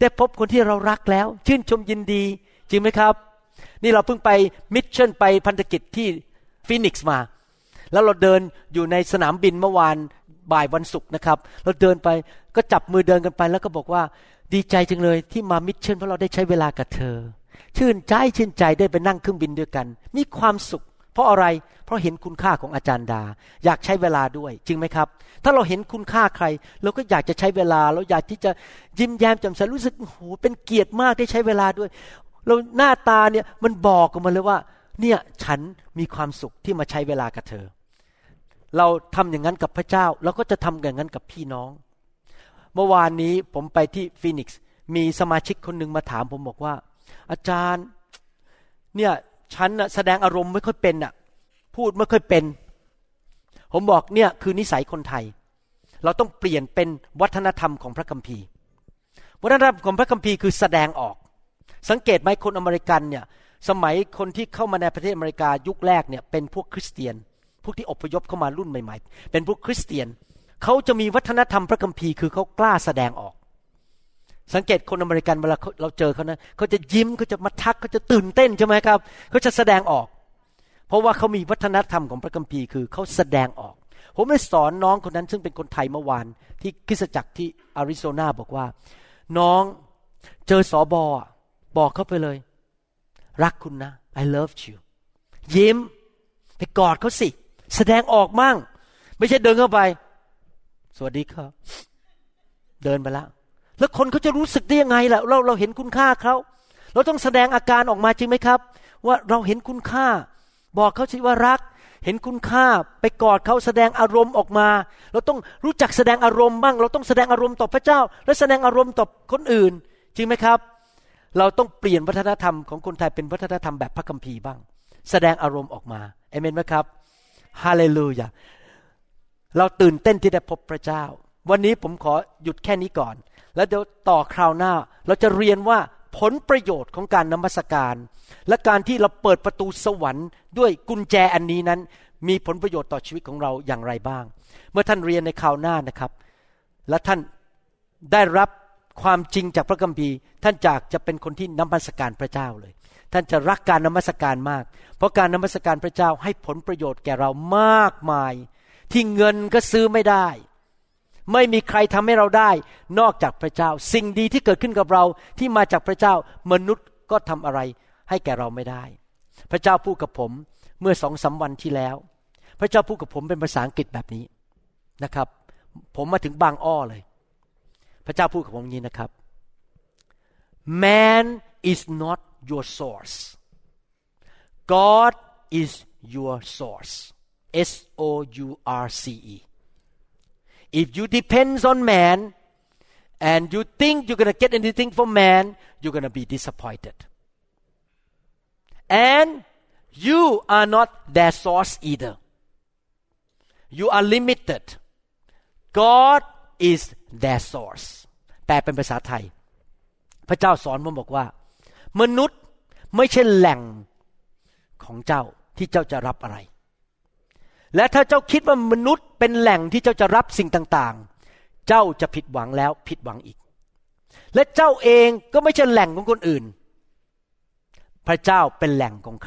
ได้พบคนที่เรารักแล้วชื่นชมยินดีจริงไหมครับนี่เราเพิ่งไปมิชชั่นไปพันธกิจที่ฟีนิกซ์มาแล้วเราเดินอยู่ในสนามบินเมื่อวานบ่ายวันศุกร์นะครับเราเดินไปก็จับมือเดินกันไปแล้วก็บอกว่าดีใจจังเลยที่มามิชชั่นเพราะเราได้ใช้เวลากับเธอชื่นใจได้ไปนั่งเครื่องบินด้วยกันมีความสุขเพราะอะไรเพราะเห็นคุณค่าของอาจารย์ดาอยากใช้เวลาด้วยจริงไหมครับถ้าเราเห็นคุณค่าใครเราก็อยากจะใช้เวลาเราอยากที่จะยิ้มแย้มแจ่มใสรู้สึกโอ้โหเป็นเกียรติมากได้ใช้เวลาด้วยเราหน้าตาเนี่ยมันบอกออกมาเลยว่าเนี่ยฉันมีความสุขที่มาใช้เวลากับเธอเราทำอย่างนั้นกับพระเจ้าเราก็จะทำอย่างนั้นกับพี่น้องเมื่อวานนี้ผมไปที่ฟีนิกซ์มีสมาชิกคนหนึ่งมาถามผมบอกว่าอาจารย์เนี่ยฉันแสดงอารมณ์ไม่ค่อยเป็นพูดไม่ค่อยเป็นผมบอกเนี่ยคือนิสัยคนไทยเราต้องเปลี่ยนเป็นวัฒนธรรมของพระคัมภีร์วัฒนธรรมของพระคัมภีร์คือแสดงออกสังเกตไหมคนอเมริกันเนี่ยสมัยคนที่เข้ามาในประเทศอเมริกายุคแรกเนี่ยเป็นพวกคริสเตียนพวกที่อพยพเข้ามารุ่นใหม่ๆเป็นพวกคริสเตียนเขาจะมีวัฒนธรรมพระคัมภีร์คือเขากล้าแสดงออกสังเกตคนอเมริกันเวลาเราเจอเขานะเขาจะยิ้มเขาจะมาทักเขาจะตื่นเต้นใช่ไหมครับเขาจะแสดงออกเพราะว่าเขามีวัฒนธรรมของพระคัมภีร์คือเขาแสดงออกผมได้สอนน้องคนนั้นซึ่งเป็นคนไทยเมื่อวานที่คริสตจักรที่อาริโซนาบอกว่าน้องเจอสบบอกเขาไปเลยรักคุณนะ I love you ยิ้มไปกอดเขาสิแสดงออกมั่งไม่ใช่เดินเข้าไปสวัสดีครับเดินไปแล้วคนเขาจะรู้สึกได้ยังไงล่ะเราเห็นคุณค่าเขาเราต้องแสดงอาการออกมาจริงไหมครับว่าเราเห็นคุณค่าบอกเขาสิว่ารักเห็นคุณค่าไปกอดเขาแสดงอารมณ์ออกมาเราต้องรู้จักแสดงอารมณ์บ้างเราต้องแสดงอารมณ์ต่อพระเจ้าและแสดงอารมณ์ต่อคนอื่นจริงไหมครับเราต้องเปลี่ยนวัฒนธรรมของคนไทยเป็นวัฒนธรรมแบบพระคัมภีร์บ้างแสดงอารมณ์ออกมาเอเมนไหมครับฮาเลลูยาเราตื่นเต้นที่ได้พบพระเจ้าวันนี้ผมขอหยุดแค่นี้ก่อนแล้วเดี๋ยวต่อคราวหน้าเราจะเรียนว่าผลประโยชน์ของการนมัสการและการที่เราเปิดประตูสวรรค์ด้วยกุญแจอันนี้นั้นมีผลประโยชน์ต่อชีวิตของเราอย่างไรบ้างเมื่อท่านเรียนในคราวหน้านะครับและท่านได้รับความจริงจากพระคัมภีร์ท่านจะเป็นคนที่นมัสการพระเจ้าเลยท่านจะรักการนมัสการมากเพราะการนมัสการพระเจ้าให้ผลประโยชน์แก่เรามากมายที่เงินก็ซื้อไม่ได้ไม่มีใครทำให้เราได้นอกจากพระเจ้าสิ่งดีที่เกิดขึ้นกับเราที่มาจากพระเจ้ามนุษย์ก็ทำอะไรให้แก่เราไม่ได้พระเจ้าพูดกับผมเมื่อ2-3 วันที่แล้วพระเจ้าพูดกับผมเป็นภาษาอังกฤษแบบนี้นะครับผมมาถึงบางอ้อเลยพระเจ้าพูดกับผมอย่างนี้นะครับ Man is not your source God is your source SOURCE If you depend on man and you think you're going to get anything from man you're going to be disappointed and you are not their source either you are limited God is their source แปลเป็นภาษาไทยพระเจ้าสอนผมบอกว่ามนุษย์ไม่ใช่แหล่งของเจ้าที่เจ้าจะรับอะไรและถ้าเจ้าคิดว่ามนุษย์เป็นแหล่งที่เจ้าจะรับสิ่งต่างๆเจ้าจะผิดหวังแล้วผิดหวังอีกและเจ้าเองก็ไม่ใช่แหล่งของคนอื่นพระเจ้าเป็นแหล่งของเขา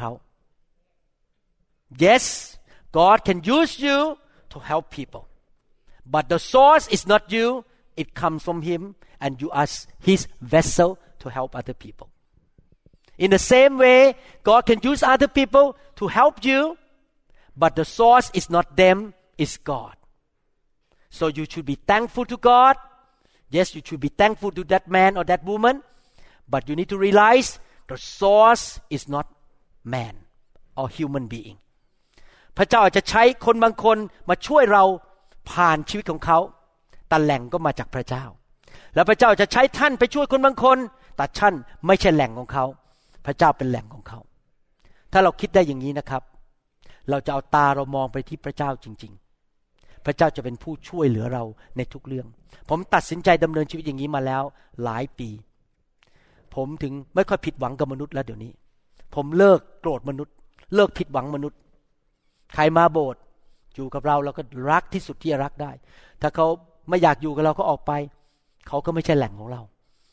Yes God can use you to help people but the source is not you it comes from him and you are his vessel to help other people in the same way God can use other people to help you but the source is not them it's God so you should be thankful to God yes you should be thankful to that man or that woman but you need to realize the source is not man or human being พระเจ้าอาจจะใช้คนบางคนมาช่วยเราผ่านชีวิตของเขาแต่แหล่งก็มาจากพระเจ้าแล้วพระเจ้าจะใช้ท่านไปช่วยคนบางคนแต่ท่านไม่ใช่แหล่งของเขาพระเจ้าเป็นแหล่งของเขาถ้าเราคิดได้อย่างนี้นะครับเราจะเอาตาเรามองไปที่พระเจ้าจริงๆพระเจ้าจะเป็นผู้ช่วยเหลือเราในทุกเรื่องผมตัดสินใจดำเนินชีวิตอย่างนี้มาแล้วหลายปีผมถึงไม่ค่อยผิดหวังกับมนุษย์แล้วเดี๋ยวนี้ผมเลิกโกรธมนุษย์เลิกผิดหวังมนุษย์ใครมาโบสถ์อยู่กับเราก็รักที่สุดที่จะรักได้ถ้าเขาไม่อยากอยู่กับเราก็ออกไปเขาก็ไม่ใช่แหล่งของเรา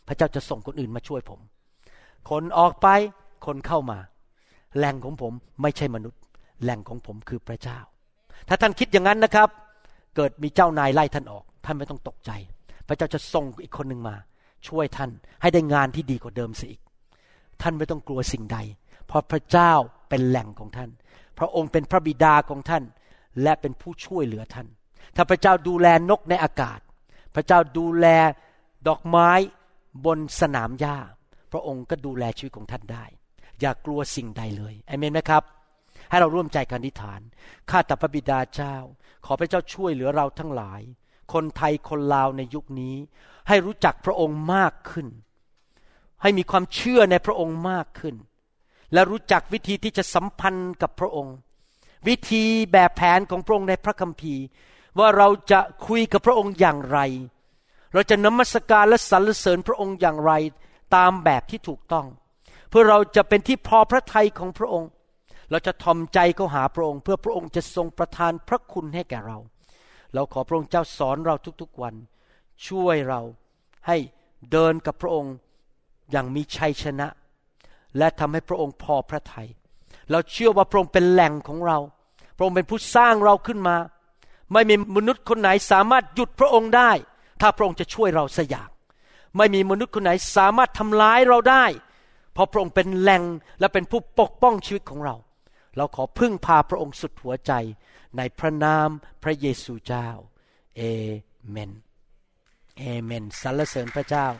พระเจ้าจะส่งคนอื่นมาช่วยผมคนออกไปคนเข้ามาแหล่งของผมไม่ใช่มนุษย์แหล่งของผมคือพระเจ้าถ้าท่านคิดอย่างนั้นนะครับเกิดมีเจ้านายไล่ท่านออกท่านไม่ต้องตกใจพระเจ้าจะส่งอีกคนหนึ่งมาช่วยท่านให้ได้งานที่ดีกว่าเดิมเสียอีกท่านไม่ต้องกลัวสิ่งใดเพราะพระเจ้าเป็นแหล่งของท่านพระองค์เป็นพระบิดาของท่านและเป็นผู้ช่วยเหลือท่านถ้าพระเจ้าดูแลนกในอากาศพระเจ้าดูแลดอกไม้บนสนามหญ้าพระองค์ก็ดูแลชีวิตของท่านได้อย่ากลัวสิ่งใดเลยอาเมนไหมครับให้เราร่วมใจกันอธิษฐานข้าแต่พระบิดาเจ้าขอพระเจ้าช่วยเหลือเราทั้งหลายคนไทยคนลาวในยุคนี้ให้รู้จักพระองค์มากขึ้นให้มีความเชื่อในพระองค์มากขึ้นและรู้จักวิธีที่จะสัมพันธ์กับพระองค์วิธีแบบแผนของพระองค์ในพระคัมภีร์ว่าเราจะคุยกับพระองค์อย่างไรเราจะนมัสการและสรรเสริญพระองค์อย่างไรตามแบบที่ถูกต้องเพื่อเราจะเป็นที่พอพระทัยของพระองค์เราจะทอมใจเข้าหาพระองค์เพื่อพระองค์จะทรงประทานพระคุณให้แก่เราเราขอพระองค์เจ้าสอนเราทุกๆวันช่วยเราให้เดินกับพระองค์อย่างมีชัยชนะและทำให้พระองค์พอพระทัยเราเชื่อว่าพระองค์เป็นแหล่งของเราพระองค์เป็นผู้สร้างเราขึ้นมาไม่มีมนุษย์คนไหนสามารถหยุดพระองค์ได้ถ้าพระองค์จะช่วยเราสักอย่างไม่มีมนุษย์คนไหนสามารถทำร้ายเราได้เพราะพระองค์เป็นแหล่งและเป็นผู้ปกป้องชีวิตของเราเราขอพึ่งพาพระองค์สุดหัวใจในพระนามพระเยซูเจ้าเอเมนเอเมนสรรเสริญพระเจ้า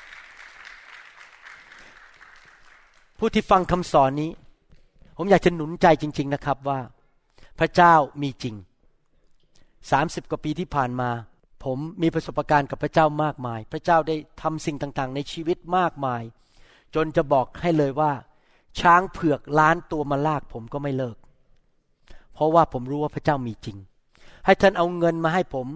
ผู้ที่ฟังคำสอนนี้ผมอยากจะหนุนใจจริงๆนะครับว่าพระเจ้ามีจริง30 กว่าปีที่ผ่านมาผมมีประสบการณ์กับพระเจ้ามากมายพระเจ้าได้ทำสิ่งต่างๆในชีวิตมากมายจนจะบอกให้เลยว่าช้างเผือกล้านตัวมาลากผมก็ไม่เลิกเพราะว่าผมรู้ว่าพระเจ้ามีจริงให้ท่านเอาเงินมาให้ผม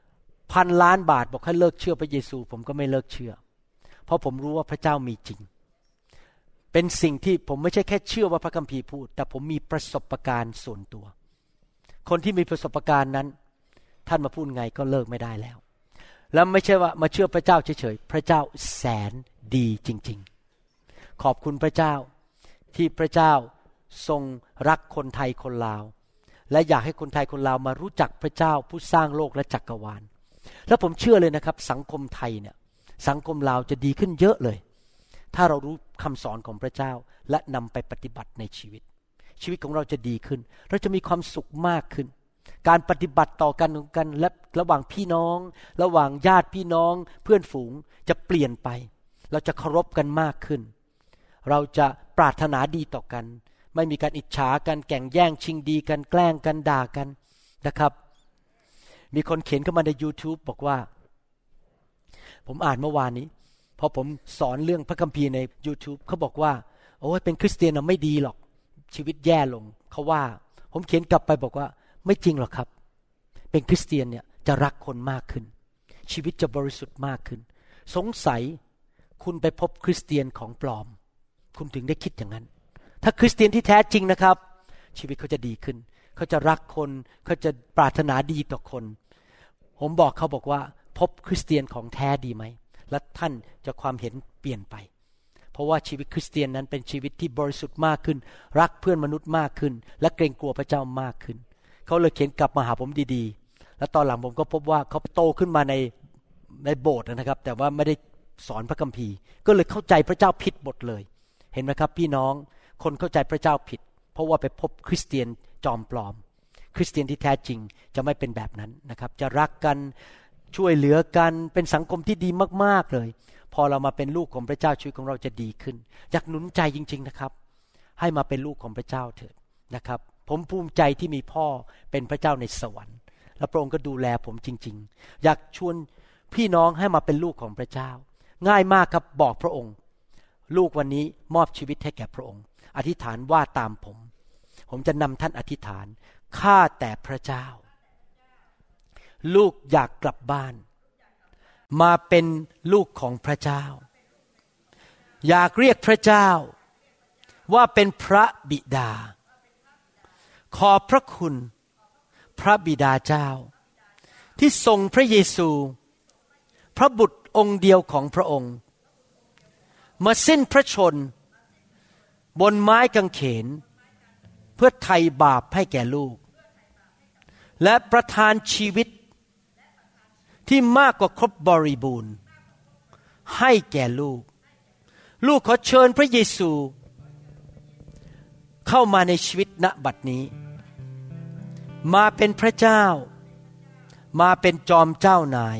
1,000 ล้านบาทบอกให้เลิกเชื่อพระเยซูผมก็ไม่เลิกเชื่อเพราะผมรู้ว่าพระเจ้ามีจริงเป็นสิ่งที่ผมไม่ใช่แค่เชื่อว่าพระคัมภีร์พูดแต่ผมมีประสบการณ์ส่วนตัวคนที่มีประสบการณ์นั้นท่านมาพูดไงก็เลิกไม่ได้แล้วแล้วไม่ใช่ว่ามาเชื่อพระเจ้าเฉยๆพระเจ้าแสนดีจริงๆขอบคุณพระเจ้าที่พระเจ้าทรงรักคนไทยคนลาวและอยากให้คนไทยคนลาวมารู้จักพระเจ้าผู้สร้างโลกและจักรวาลแล้วผมเชื่อเลยนะครับสังคมไทยเนี่ยสังคมลาวจะดีขึ้นเยอะเลยถ้าเรารู้คำสอนของพระเจ้าและนำไปปฏิบัติในชีวิตของเราจะดีขึ้นเราจะมีความสุขมากขึ้นการปฏิบัติต่อกันและระหว่างพี่น้องระหว่างญาติพี่น้องเพื่อนฝูงจะเปลี่ยนไปเราจะเคารพกันมากขึ้นเราจะปรารถนาดีต่อกันไม่มีการอิจฉากันแข่งแย่งชิงดีกันแกล้งกันด่ากันนะครับมีคนเขียนเข้ามาใน YouTube บอกว่าผมอ่านเมื่อวานนี้พอผมสอนเรื่องพระคัมภีร์ใน YouTube เขาบอกว่าโอ้ยเป็นคริสเตียนไม่ดีหรอกชีวิตแย่ลงเขาว่าผมเขียนกลับไปบอกว่าไม่จริงหรอกครับเป็นคริสเตียนเนี่ยจะรักคนมากขึ้นชีวิตจะบริสุทธิ์มากขึ้นสงสัยคุณไปพบคริสเตียนของปลอมคุณถึงได้คิดอย่างนั้นถ้าคริสเตียนที่แท้จริงนะครับชีวิตเขาจะดีขึ้นเขาจะรักคนเขาจะปรารถนาดีต่อคนผมบอกเขาบอกว่าพบคริสเตียนของแท้ดีไหมและท่านจะความเห็นเปลี่ยนไปเพราะว่าชีวิตคริสเตียนนั้นเป็นชีวิตที่บริสุทธิ์มากขึ้นรักเพื่อนมนุษย์มากขึ้นและเกรงกลัวพระเจ้ามากขึ้นเขาเลยเขียนกลับมาหาผมดีๆแล้วตอนหลังผมก็พบว่าเขาโตขึ้นมาในโบสถ์นะครับแต่ว่าไม่ได้สอนพระคัมภีร์ก็เลยเข้าใจพระเจ้าผิดหมดเลยเห็นไหมครับพี่น้องคนเข้าใจพระเจ้าผิดเพราะว่าไปพบคริสเตียนจอมปลอมคริสเตียนที่แท้จริงจะไม่เป็นแบบนั้นนะครับจะรักกันช่วยเหลือกันเป็นสังคมที่ดีมากๆเลยพอเรามาเป็นลูกของพระเจ้าชีวิตของเราจะดีขึ้นอยากหนุนใจจริงๆนะครับให้มาเป็นลูกของพระเจ้าเถิดนะครับผมภูมิใจที่มีพ่อเป็นพระเจ้าในสวรรค์และพระองค์ก็ดูแลผมจริงๆอยากชวนพี่น้องให้มาเป็นลูกของพระเจ้าง่ายมากครับบอกพระองค์ลูกวันนี้มอบชีวิตให้แก่พระองค์อธิษฐานว่าตามผมจะนำท่านอธิษฐานข้าแต่พระเจ้าลูกอยากกลับบ้านมาเป็นลูกของพระเจ้าอยากเรียกพระเจ้าว่าเป็นพระบิดาขอบพระคุณพระบิดาเจ้าที่ทรงพระเยซูพระบุตรองค์เดียวของพระองค์มาสิ้นพระชนบนไม้กางเขนเพื่อไถ่บาปให้แก่ลูกและประทานชีวิตที่มากกว่าครบบริบูรณ์ให้แก่ลูกลูกขอเชิญพระเยซูเข้ามาในชีวิตณบัดนี้มาเป็นพระเจ้ามาเป็นจอมเจ้านาย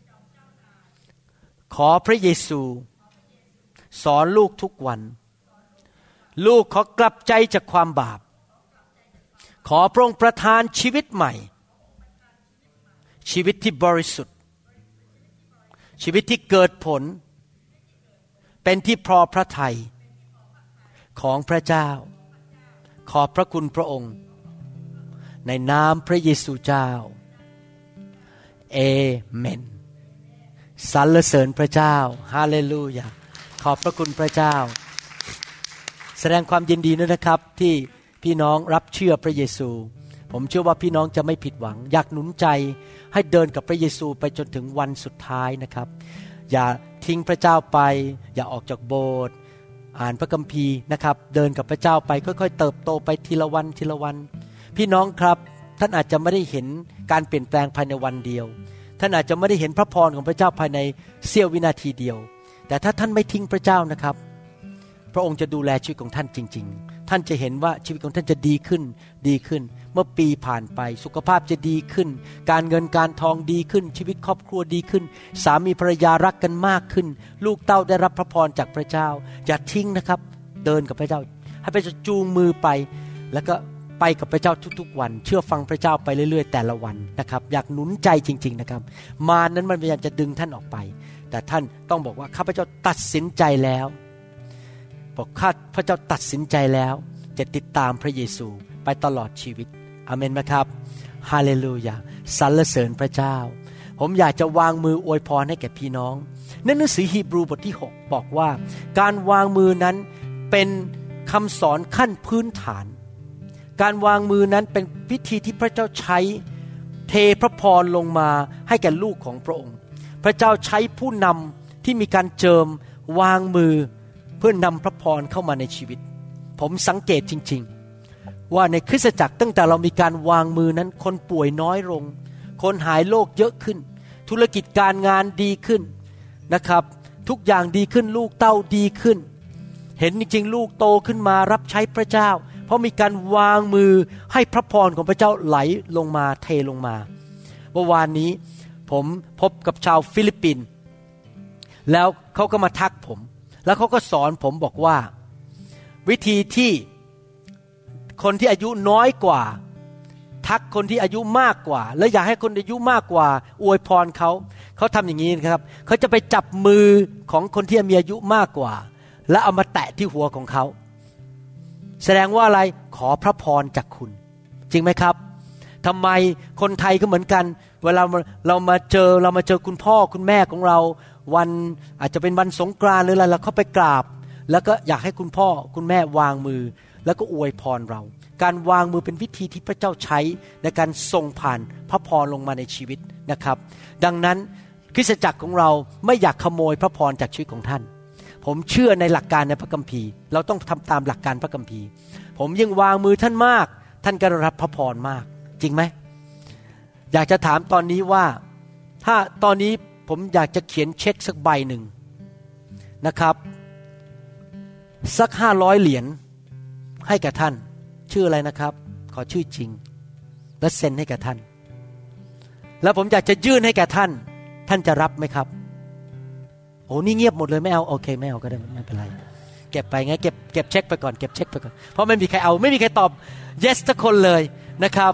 ขอพระเยซูสอนลูกทุกวันลูกขอกลับใจจากความบาปขอพระองค์ประทานชีวิตใหม่ชีวิตที่บริสุทธิ์ชีวิตที่เกิดผลเป็นที่พอพระทัยของพระเจ้าขอบพระคุณพระองค์ในนามพระเยซูเจ้าเอเมนสรรเสริญพระเจ้าฮาเลลูยาขอบพระคุณพระเจ้าแสดงความยินดีด้วยนะครับที่พี่น้องรับเชื่อพระเยซูผมเชื่อว่าพี่น้องจะไม่ผิดหวังอยากหนุนใจให้เดินกับพระเยซูไปจนถึงวันสุดท้ายนะครับอย่าทิ้งพระเจ้าไปอย่าออกจากโบสถ์อ่านพระคัมภีร์นะครับเดินกับพระเจ้าไปค่อยๆเติบโตไปทีละวันทีละวันพี่น้องครับท่านอาจจะไม่ได้เห็นการเปลี่ยนแปลงภายในวันเดียวท่านอาจจะไม่ได้เห็นพระพรของพระเจ้าภายในเสี้ยววินาทีเดียวแต่ถ้าท่านไม่ทิ้งพระเจ้านะครับพระองค์จะดูแลชีวิตของท่านจริงๆท่านจะเห็นว่าชีวิตของท่านจะดีขึ้นดีขึ้นเมื่อปีผ่านไปสุขภาพจะดีขึ้นการเงินการทองดีขึ้นชีวิตครอบครัวดีขึ้นสามีภรรยารักกันมากขึ้นลูกเต้าได้รับพระพรจากพระเจ้าอย่าทิ้งนะครับเดินกับพระเจ้าให้พระเจ้าจูงมือไปแล้วก็ไปกับพระเจ้าทุกๆวันเชื่อฟังพระเจ้าไปเรื่อยๆแต่ละวันนะครับอยากหนุนใจจริงๆนะครับมารนั้นมันพยายามจะดึงท่านออกไปแต่ท่านต้องบอกว่าข้าพเจ้าตัดสินใจแล้วบอกข้าพระเจ้าตัดสินใจแล้วจะติดตามพระเยซูไปตลอดชีวิตอาเมนไหมครับฮาเลลูยาสรรเสริญพระเจ้าผมอยากจะวางมืออวยพรให้แก่พี่น้องในหนังสือฮีบรูบทที่6บอกว่าการวางมือนั้นเป็นคำสอนขั้นพื้นฐานการวางมือนั้นเป็นวิธีที่พระเจ้าใช้เทพระพรลงมาให้แก่ลูกของพระองค์พระเจ้าใช้ผู้นำที่มีการเจิมวางมือเพื่อนำพระพรเข้ามาในชีวิตผมสังเกตจริงๆว่าในคริสตจักรตั้งแต่เรามีการวางมือนั้นคนป่วยน้อยลงคนหายโรคเยอะขึ้นธุรกิจการงานดีขึ้นนะครับทุกอย่างดีขึ้นลูกเต้าดีขึ้นเห็นจริงๆลูกโตขึ้นมารับใช้พระเจ้าเพราะมีการวางมือให้พระพรของพระเจ้าไหลลงมาเทลงมาเมื่อวานนี้ผมพบกับชาวฟิลิปปินส์แล้วเขาก็มาทักผมแล้วเขาก็สอนผมบอกว่าวิธีที่คนที่อายุน้อยกว่าทักคนที่อายุมากกว่าแล้วอยากให้คนอายุมากกว่าอวยพรเขาทำอย่างนี้นะครับเขาจะไปจับมือของคนที่มีอายุมากกว่าแล้วเอามาแตะที่หัวของเขาแสดงว่าอะไรขอพระพรจากคุณจริงไหมครับทำไมคนไทยก็เหมือนกันเวลาเรามาเจอคุณพ่อคุณแม่ของเราวันอาจจะเป็นวันสงกรานต์หรืออะไรเราเข้าไปกราบแล้วก็อยากให้คุณพ่อคุณแม่วางมือแล้วก็อวยพรเราการวางมือเป็นวิธีที่พระเจ้าใช้ในการส่งผ่านพระพรลงมาในชีวิตนะครับดังนั้นคริสตจักรของเราไม่อยากขโมยพระพรจากชีวิตของท่านผมเชื่อในหลักการในพระคัมภีร์เราต้องทำตามหลักการพระคัมภีร์ผมยิ่งวางมือท่านมากท่านก็รับพระพรมากจริงไหมอยากจะถามตอนนี้ว่าถ้าตอนนี้ผมอยากจะเขียนเช็คสักใบหนึ่งนะครับสัก500 เหรียญให้แก่ท่านชื่ออะไรนะครับขอชื่อจริงและเซ็นให้แก่ท่านแล้วผมอยากจะยื่นให้แก่ท่านท่านจะรับไหมครับโอ้นี่เงียบหมดเลยไม่เอาโอเคไม่เอาก็ได้ไม่เป็นไรเก็บไปไงเก็บเช็คไปก่อนเก็บเช็คไปก่อนเพราะไม่มีใครเอาไม่มีใครตอบ yes ทุกคนเลยนะครับ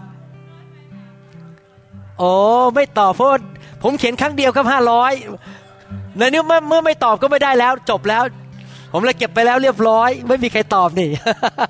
โอ้ไม่ตอบเพราะผมเขียนครั้งเดียวครับ500ในนี้เมื่อไม่ตอบก็ไม่ได้แล้วจบแล้วผมเลยเก็บไปแล้วเรียบร้อยไม่มีใครตอบนี่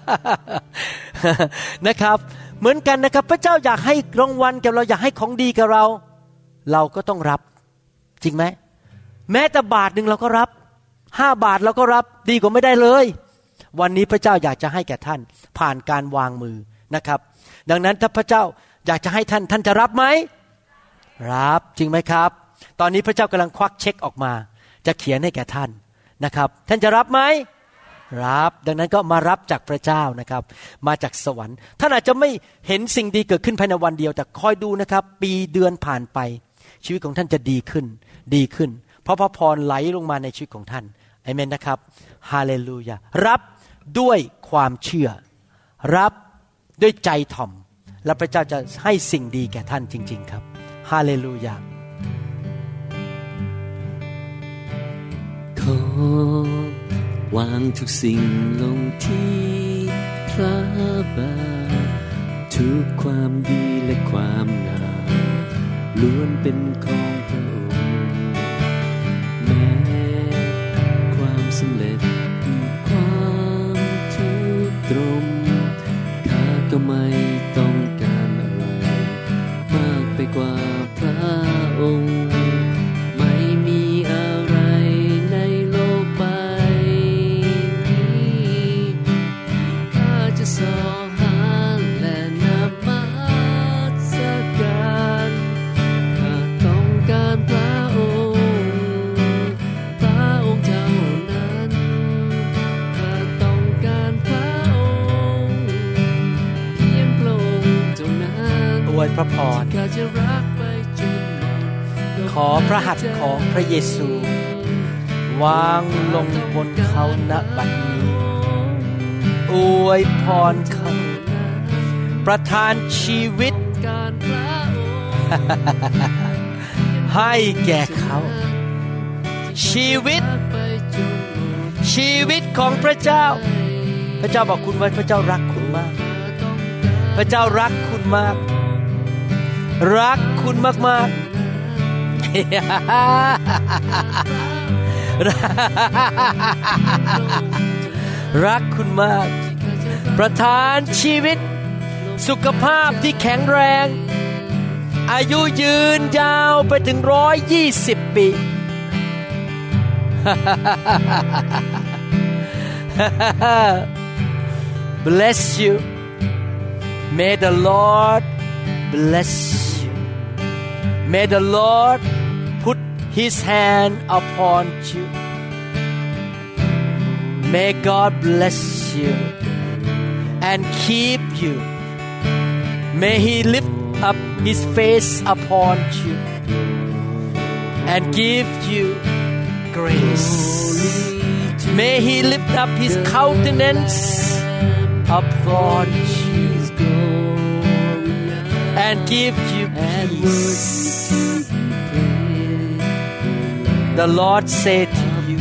นะครับเหมือนกันนะครับพระเจ้าอยากให้รางวัลกับเราอยากให้ของดีกับเราเราก็ต้องรับจริงไหมแม้แต่บาทนึงเราก็รับ5 บาทเราก็รับดีกว่าไม่ได้เลยวันนี้พระเจ้าอยากจะให้แก่ท่านผ่านการวางมือนะครับดังนั้นถ้าพระเจ้าอยากจะให้ท่านจะรับไหมรับจริงไหมครับตอนนี้พระเจ้ากำลังควักเช็คออกมาจะเขียนให้แก่ท่านนะครับท่านจะรับไหมรับดังนั้นก็มารับจากพระเจ้านะครับมาจากสวรรค์ท่านอาจจะไม่เห็นสิ่งดีเกิดขึ้นภายในวันเดียวแต่คอยดูนะครับปีเดือนผ่านไปชีวิตของท่านจะดีขึ้นดีขึ้นเพราะพระพรไหลลงมาในชีวิตของท่านอาเมนนะครับฮาเลลูยารับด้วยความเชื่อรับด้วยใจถ่อมและพระเจ้าจะให้สิ่งดีแก่ท่านจริงๆครับฮาเลลูยาขอวางทุกสิ่งลงที่พระบาททุกความดีและความงามล้วนเป็นของพระองค์แม้ความสำเร็จความทุกข์ตรมข้าก็ไม่ต้องการอะไรมากไปกว่าพระองค์ไม่มีอะไรในโลกใบนี้ข้าจะสอหาและนับมาสการข้าต้องการพระองค์พระองค์เท่านั้นข้าต้องการพระองค์เพียงพระองค์เท่านั้นอวยพระพรขอพระหัตถ์ของพระเยซูวางลงบนเขาณบัดนี้อวยพรเขาประทานชีวิตให้แก่เขาชีวิตของพระเจ้าพระเจ้าบอกคุณว่าพระเจ้ารักคุณมากพระเจ้ารักคุณมากรักคุณมากๆรักคุณมากประทานชีวิตสุขภาพที่แข็งแรงอายุยืนยาวไปถึง120 ปี Bless you May the Lord bless you May the Lord put His hand upon you May God bless you and keep you May He lift up His face upon you and give you grace May He lift up His countenance upon you and give you peace. The Lord said to you,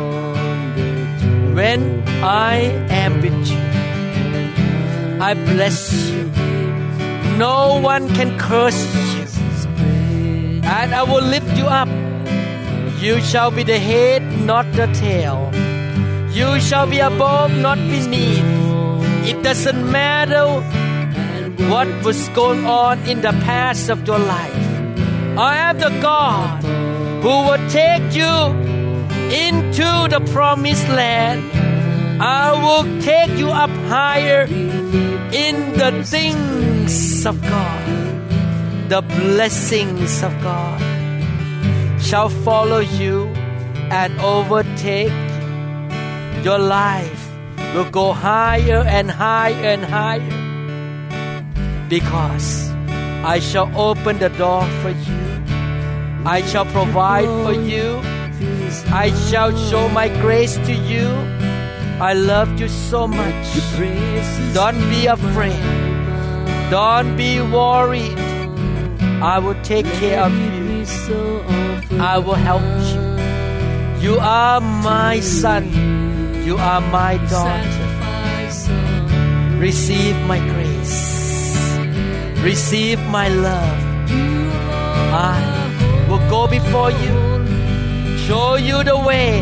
when I am with you, I bless you. No one can curse you. And I will lift you up. You shall be the head, not the tail. You shall be above, not beneath. It doesn't matter what was going on in the past of your life. I am the God who will take you into the promised land. I will take you up higher in the things of God. The blessings of God shall follow you and overtake you. Your life will go higher and higher and higher. Because I shall open the door for you. I shall provide for you. I shall show my grace to you. I love you so much. Don't be afraid. Don't be worried. I will take care of you. I will help you. You are my son. You are my daughter. Receive my grace.Receive my love. I will go before you, show you the way.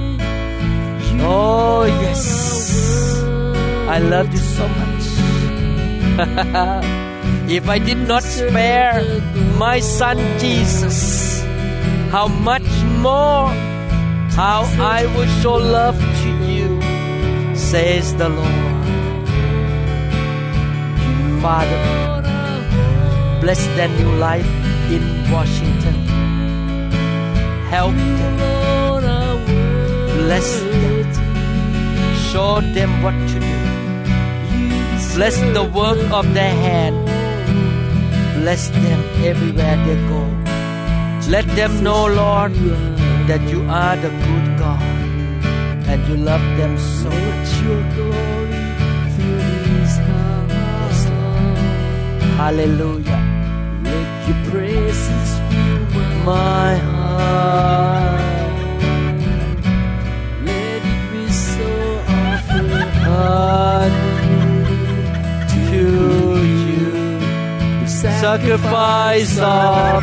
Oh yes, I love you so much. If I did not spare my son Jesus, how much more how I will show love to you, says the Lord. Father,Bless their new life in Washington. Help them. Bless them. Show them what to do. Bless the work of their hand. Bless them everywhere they go. Let them know, Lord, that you are the good God and you love them so much. Yes, Lord. Hallelujah. Let your praises fill my heart. Let it be so offered to you. Sacrifice of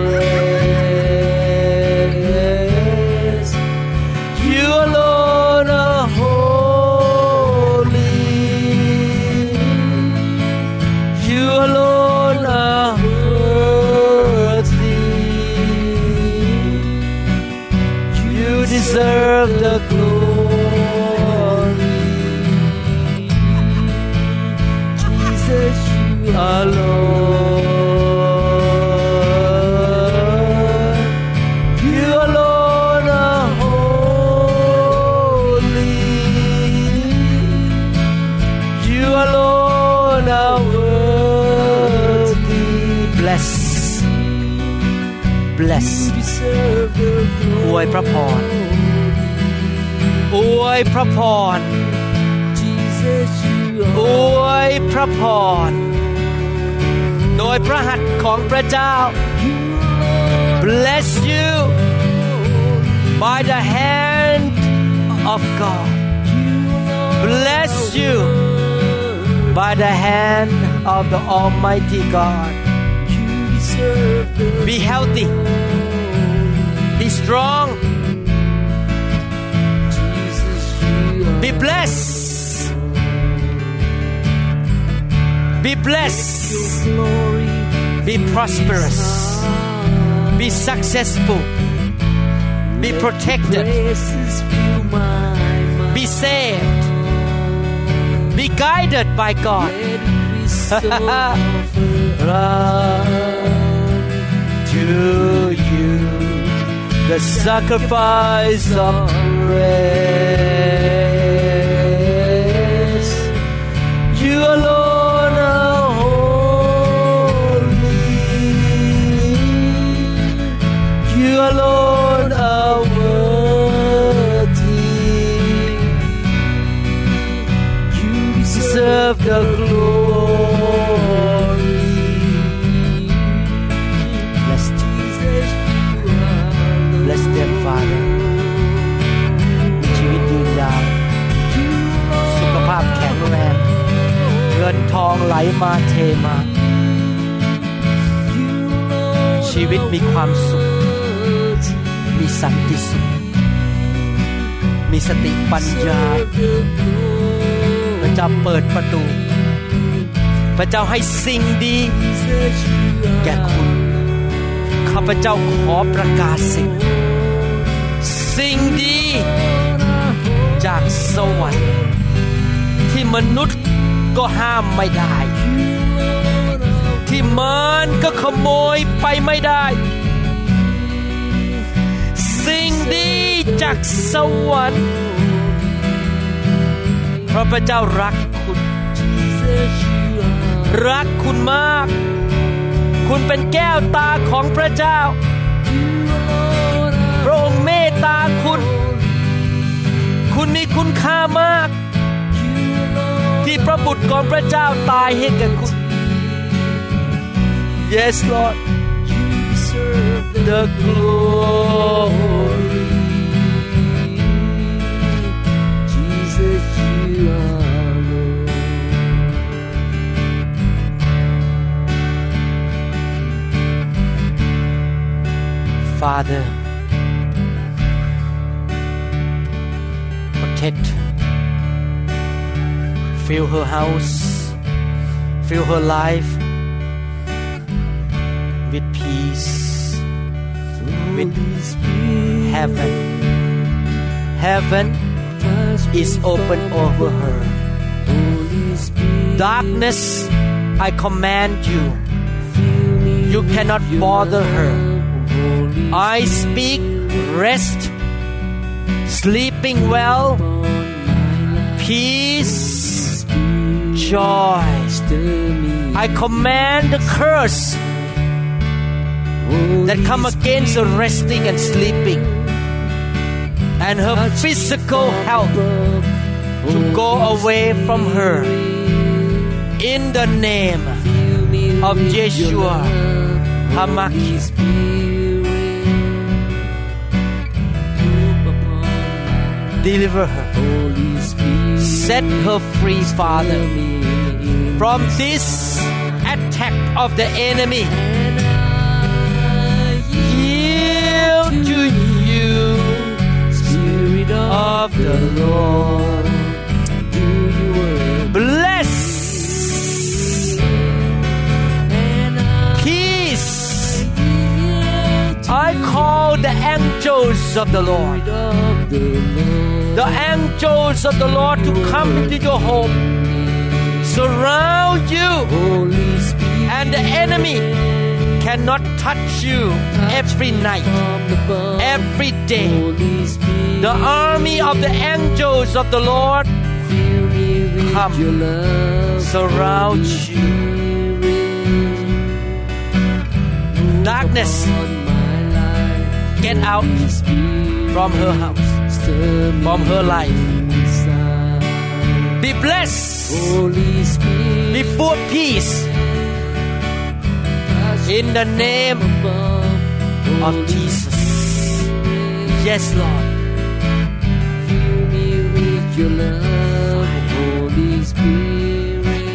praise. You alone are holy. You alone are worthy. You deserve the glory. Jesus, you alone. Bless อวยพระพรอวยพระพรอวยพระพรโดยพระหัตถ์ของพระเจ้า Bless you by the hand of God Bless you by the hand of the Almighty God Be healthy. Be strong. Be blessed. Be blessed. Be prosperous. Be successful. Be protected. Be saved. Be guided by God. To you the sacrifice of praise. You alone are holy. You alone are worthy. You deserve the glory. Bless them, Father. มีชีวิตยืนยาวสุขภาพแข็งแรงเงินทองไหลมาเทมาชีวิตมีความสุขมีสันติสุขมีสติปัญญาพระเจ้าเปิดประตูพระเจ้าให้สิ่งดีแก่คุณข้าพเจ้าขอประกาศสิ่งดีจากสวรรค์ที่มนุษย์ก็ห้ามไม่ได้ที่มารก็ขโมยไปไม่ได้สิ่งดีจากสวรรค์เพราะพระเจ้ารักคุณมากคุณเป็นแก้วตาของพระเจ้าพระองค์เมตตาคุณมีคุณค่ามากที่พระบุตรของพระเจ้าตายให้แก่คุณ Yes Lord the glory Jesus you are Lord Father protect fill her house fill her life with peace with heaven is open over her darkness I command you cannot bother her I speak rest sleeping well, peace, joy. I command the curse that come against her resting and sleeping and her physical health to go away from her in the name of Yeshua HaMashiach. Deliver her, set her free, Father, from this attack of the enemy. Yield to you, Spirit of the Lord. Bless, peace. I call the angels of the Lord, the angels of the Lord to come into your home, surround you, and the enemy cannot touch you every night, every day. The army of the angels of the Lord come, surround you. Darkness, get out from her house, from her life. Be blessed, be full of peace, in the name of Jesus. Yes, Lord. Your love, Holy Spirit,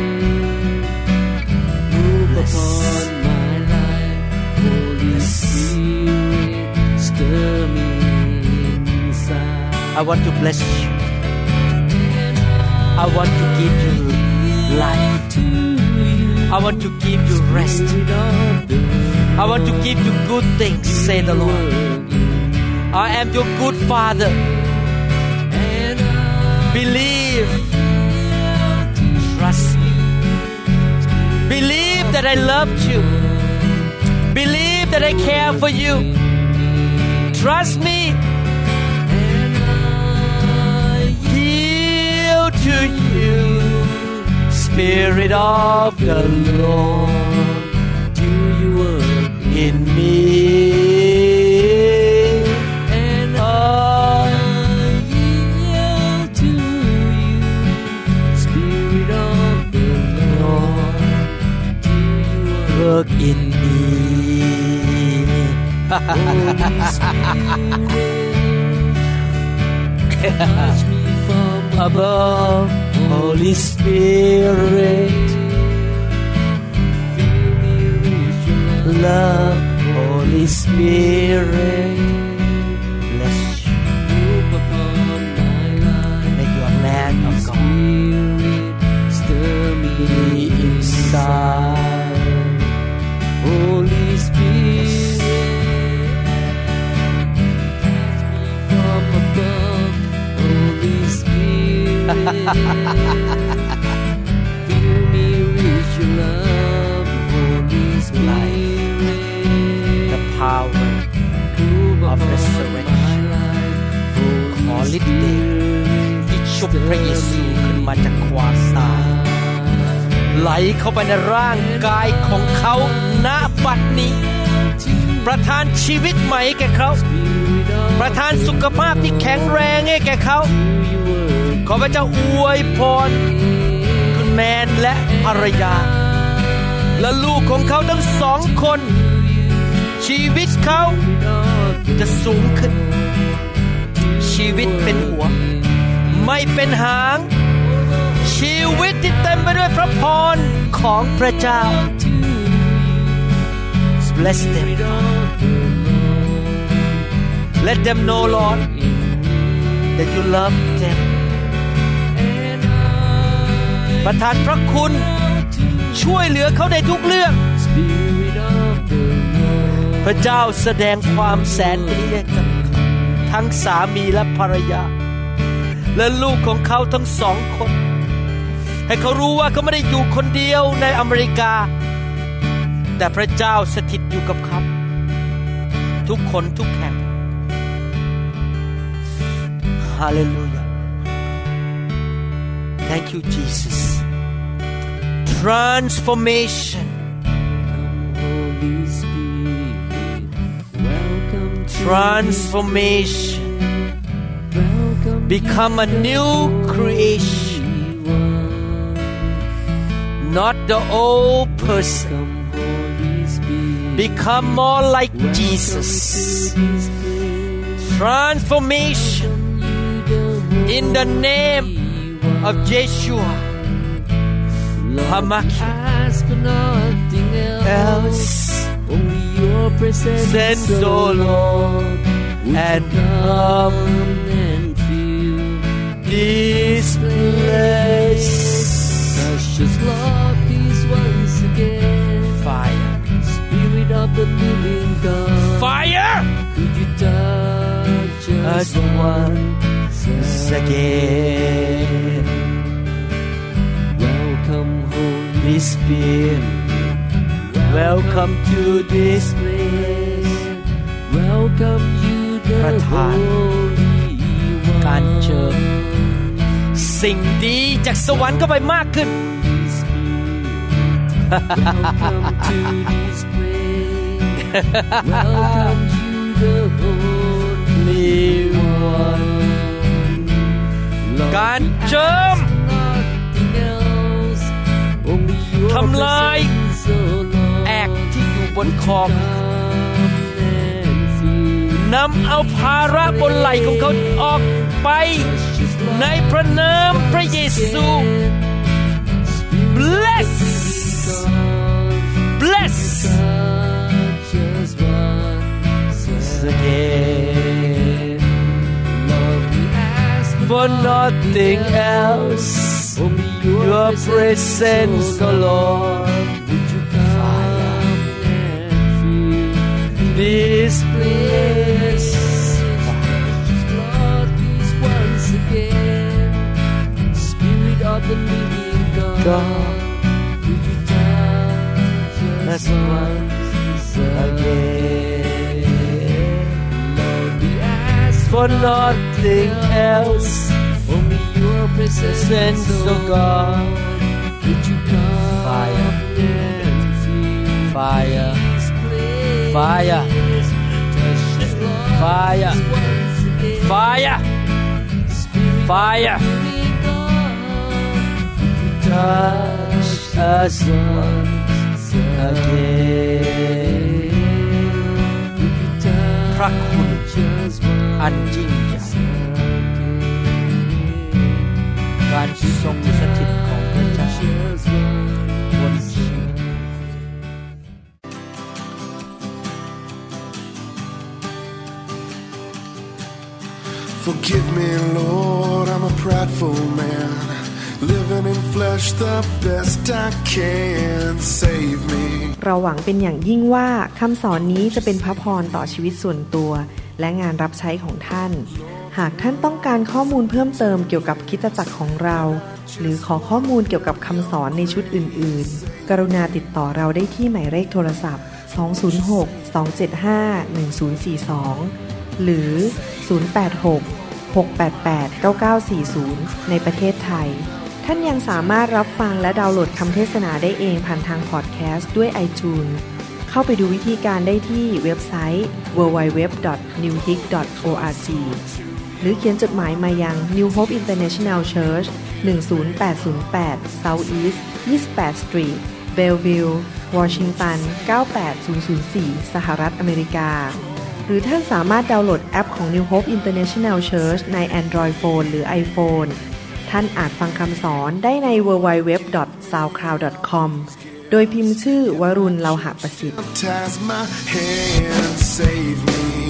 move upon my life. Holy Spirit, stir me inside. I want to bless you. I want to give you life. I want to give you rest. I want to give you good things, say the Lord. I am your good Father. Believe, trust me. Believe that I loved you. Believe that I care for you. Trust me. Yield to you, Spirit of the Lord. Do you work in me? Work in me. Touch me from above, Holy Spirit. Love, Holy Spirit. Bless you. Move upon my life. Make you a man of God. Stir me inside. Holy Spirit, touch me from above. Holy Spirit, fill me with your love. Holy Spirit, the power of resurrection. ขอฤทธิ์เดชที่ชุบพระเยซูขึ้นมาจากความตายไหลเข้าไปในร่างกายของเขาณบัดนี้ประทานชีวิตใหม่แก่เขาประทานสุขภาพที่แข็งแรงให้แก่เขาขอพระเจ้าอวยพรคุณแมนและภรรยาและลูกของเขาทั้งสองคนชีวิตเขาจะสูงขึ้นชีวิตเป็นหัวไม่เป็นหางชีวิตที่เต็มไปด้วยพระพรของพระเจ้า Bless them. Let them know, Lord, that you love them. ประทานพระคุณช่วยเหลือเขาในทุกเรื่องพระเจ้าแสดงความแสนดีให้กับทั้งสามีและภรรยาและลูกของเขาทั้งสองคนให้เขารู้ว่าเขาไม่ได้อยู่คนเดียวในอเมริกาแต่พระเจ้าสถิตอยู่กับเขาทุกคนทุกแห่ง Hallelujah. Thank you, Jesus. Transformation. Holy Spirit, welcome to Transformation. welcome Become a new creation. Not the old person. Come, Holy Spirit, Become more like welcome Jesus. to this place. Transformation in the name of Yeshua. Hamaki. Ask for nothing else. Only your presence, Send, O O Lord, would and you come and fill This place. Precious Lord, please once again. Fire. Spirit of the living God, Fire. could you touch us Us once again. Welcome, Holy Holy Spirit. Welcome to this place. Welcome you, the ประทาน Holy การเจิม One. สิ่งดีจากสวรรค์เข้าไปมากขึ้น Welcome to this place. Welcome you, the Holy One. Lord, การเจิม nothing else. Only your ทำลาย presence, O Lord. แอกที่อยู่บนคอ Come and fill นำเอาภาระบนไหล่ของเขาออกไป precious Lord. ในพระนามพระเยซู Bless Bless again for nothing else Your presence O Lord This place Spirit of the living God, God would you touch us Us once again Lord, we ask For nothing else only your presence, O God would you come Fire. and fill Fire this place. Fire Touch us, Lord, Fire once again. Fire Spirit Fire of the living God, Touch us once again พระคุณอันยิ่งใหญ่การทรงสถิตของพระเจ้าบนชีวิต Forgive me, Lord, I'm a prideful man, living in flesh the best I can. Save me. เราหวังเป็นอย่างยิ่งว่าคำสอนนี้จะเป็นพระพรต่อชีวิตส่วนตัวและงานรับใช้ของท่าน หากท่านต้องการข้อมูลเพิ่มเติมเกี่ยวกับคริสตจักรของเรา หรือขอข้อมูลเกี่ยวกับคำสอนในชุดอื่นๆกรุณาติดต่อเราได้ที่หมายเลขโทรศัพท์206-275-1042หรือ086-688-9940ในประเทศไทยท่านยังสามารถรับฟังและดาวน์โหลดคำเทศนาได้เองผ่านทางพอดแคสต์ด้วย iTunes เข้าไปดูวิธีการได้ที่เว็บไซต์ www.newhope.org หรือเขียนจดหมายมายัง New Hope International Church 10808 South East 28 Street Bellevue Washington 98004 สหรัฐอเมริกาหรือท่านสามารถดาวน์โหลดแอปของ New Hope International Church ใน Android Phone หรือ iPhone ท่านอาจฟังคำสอนได้ใน www.soundcloud.com โดยพิมพ์ชื่อวรุณ เลาหะประสิทธิ์ Baptize my hands, save me.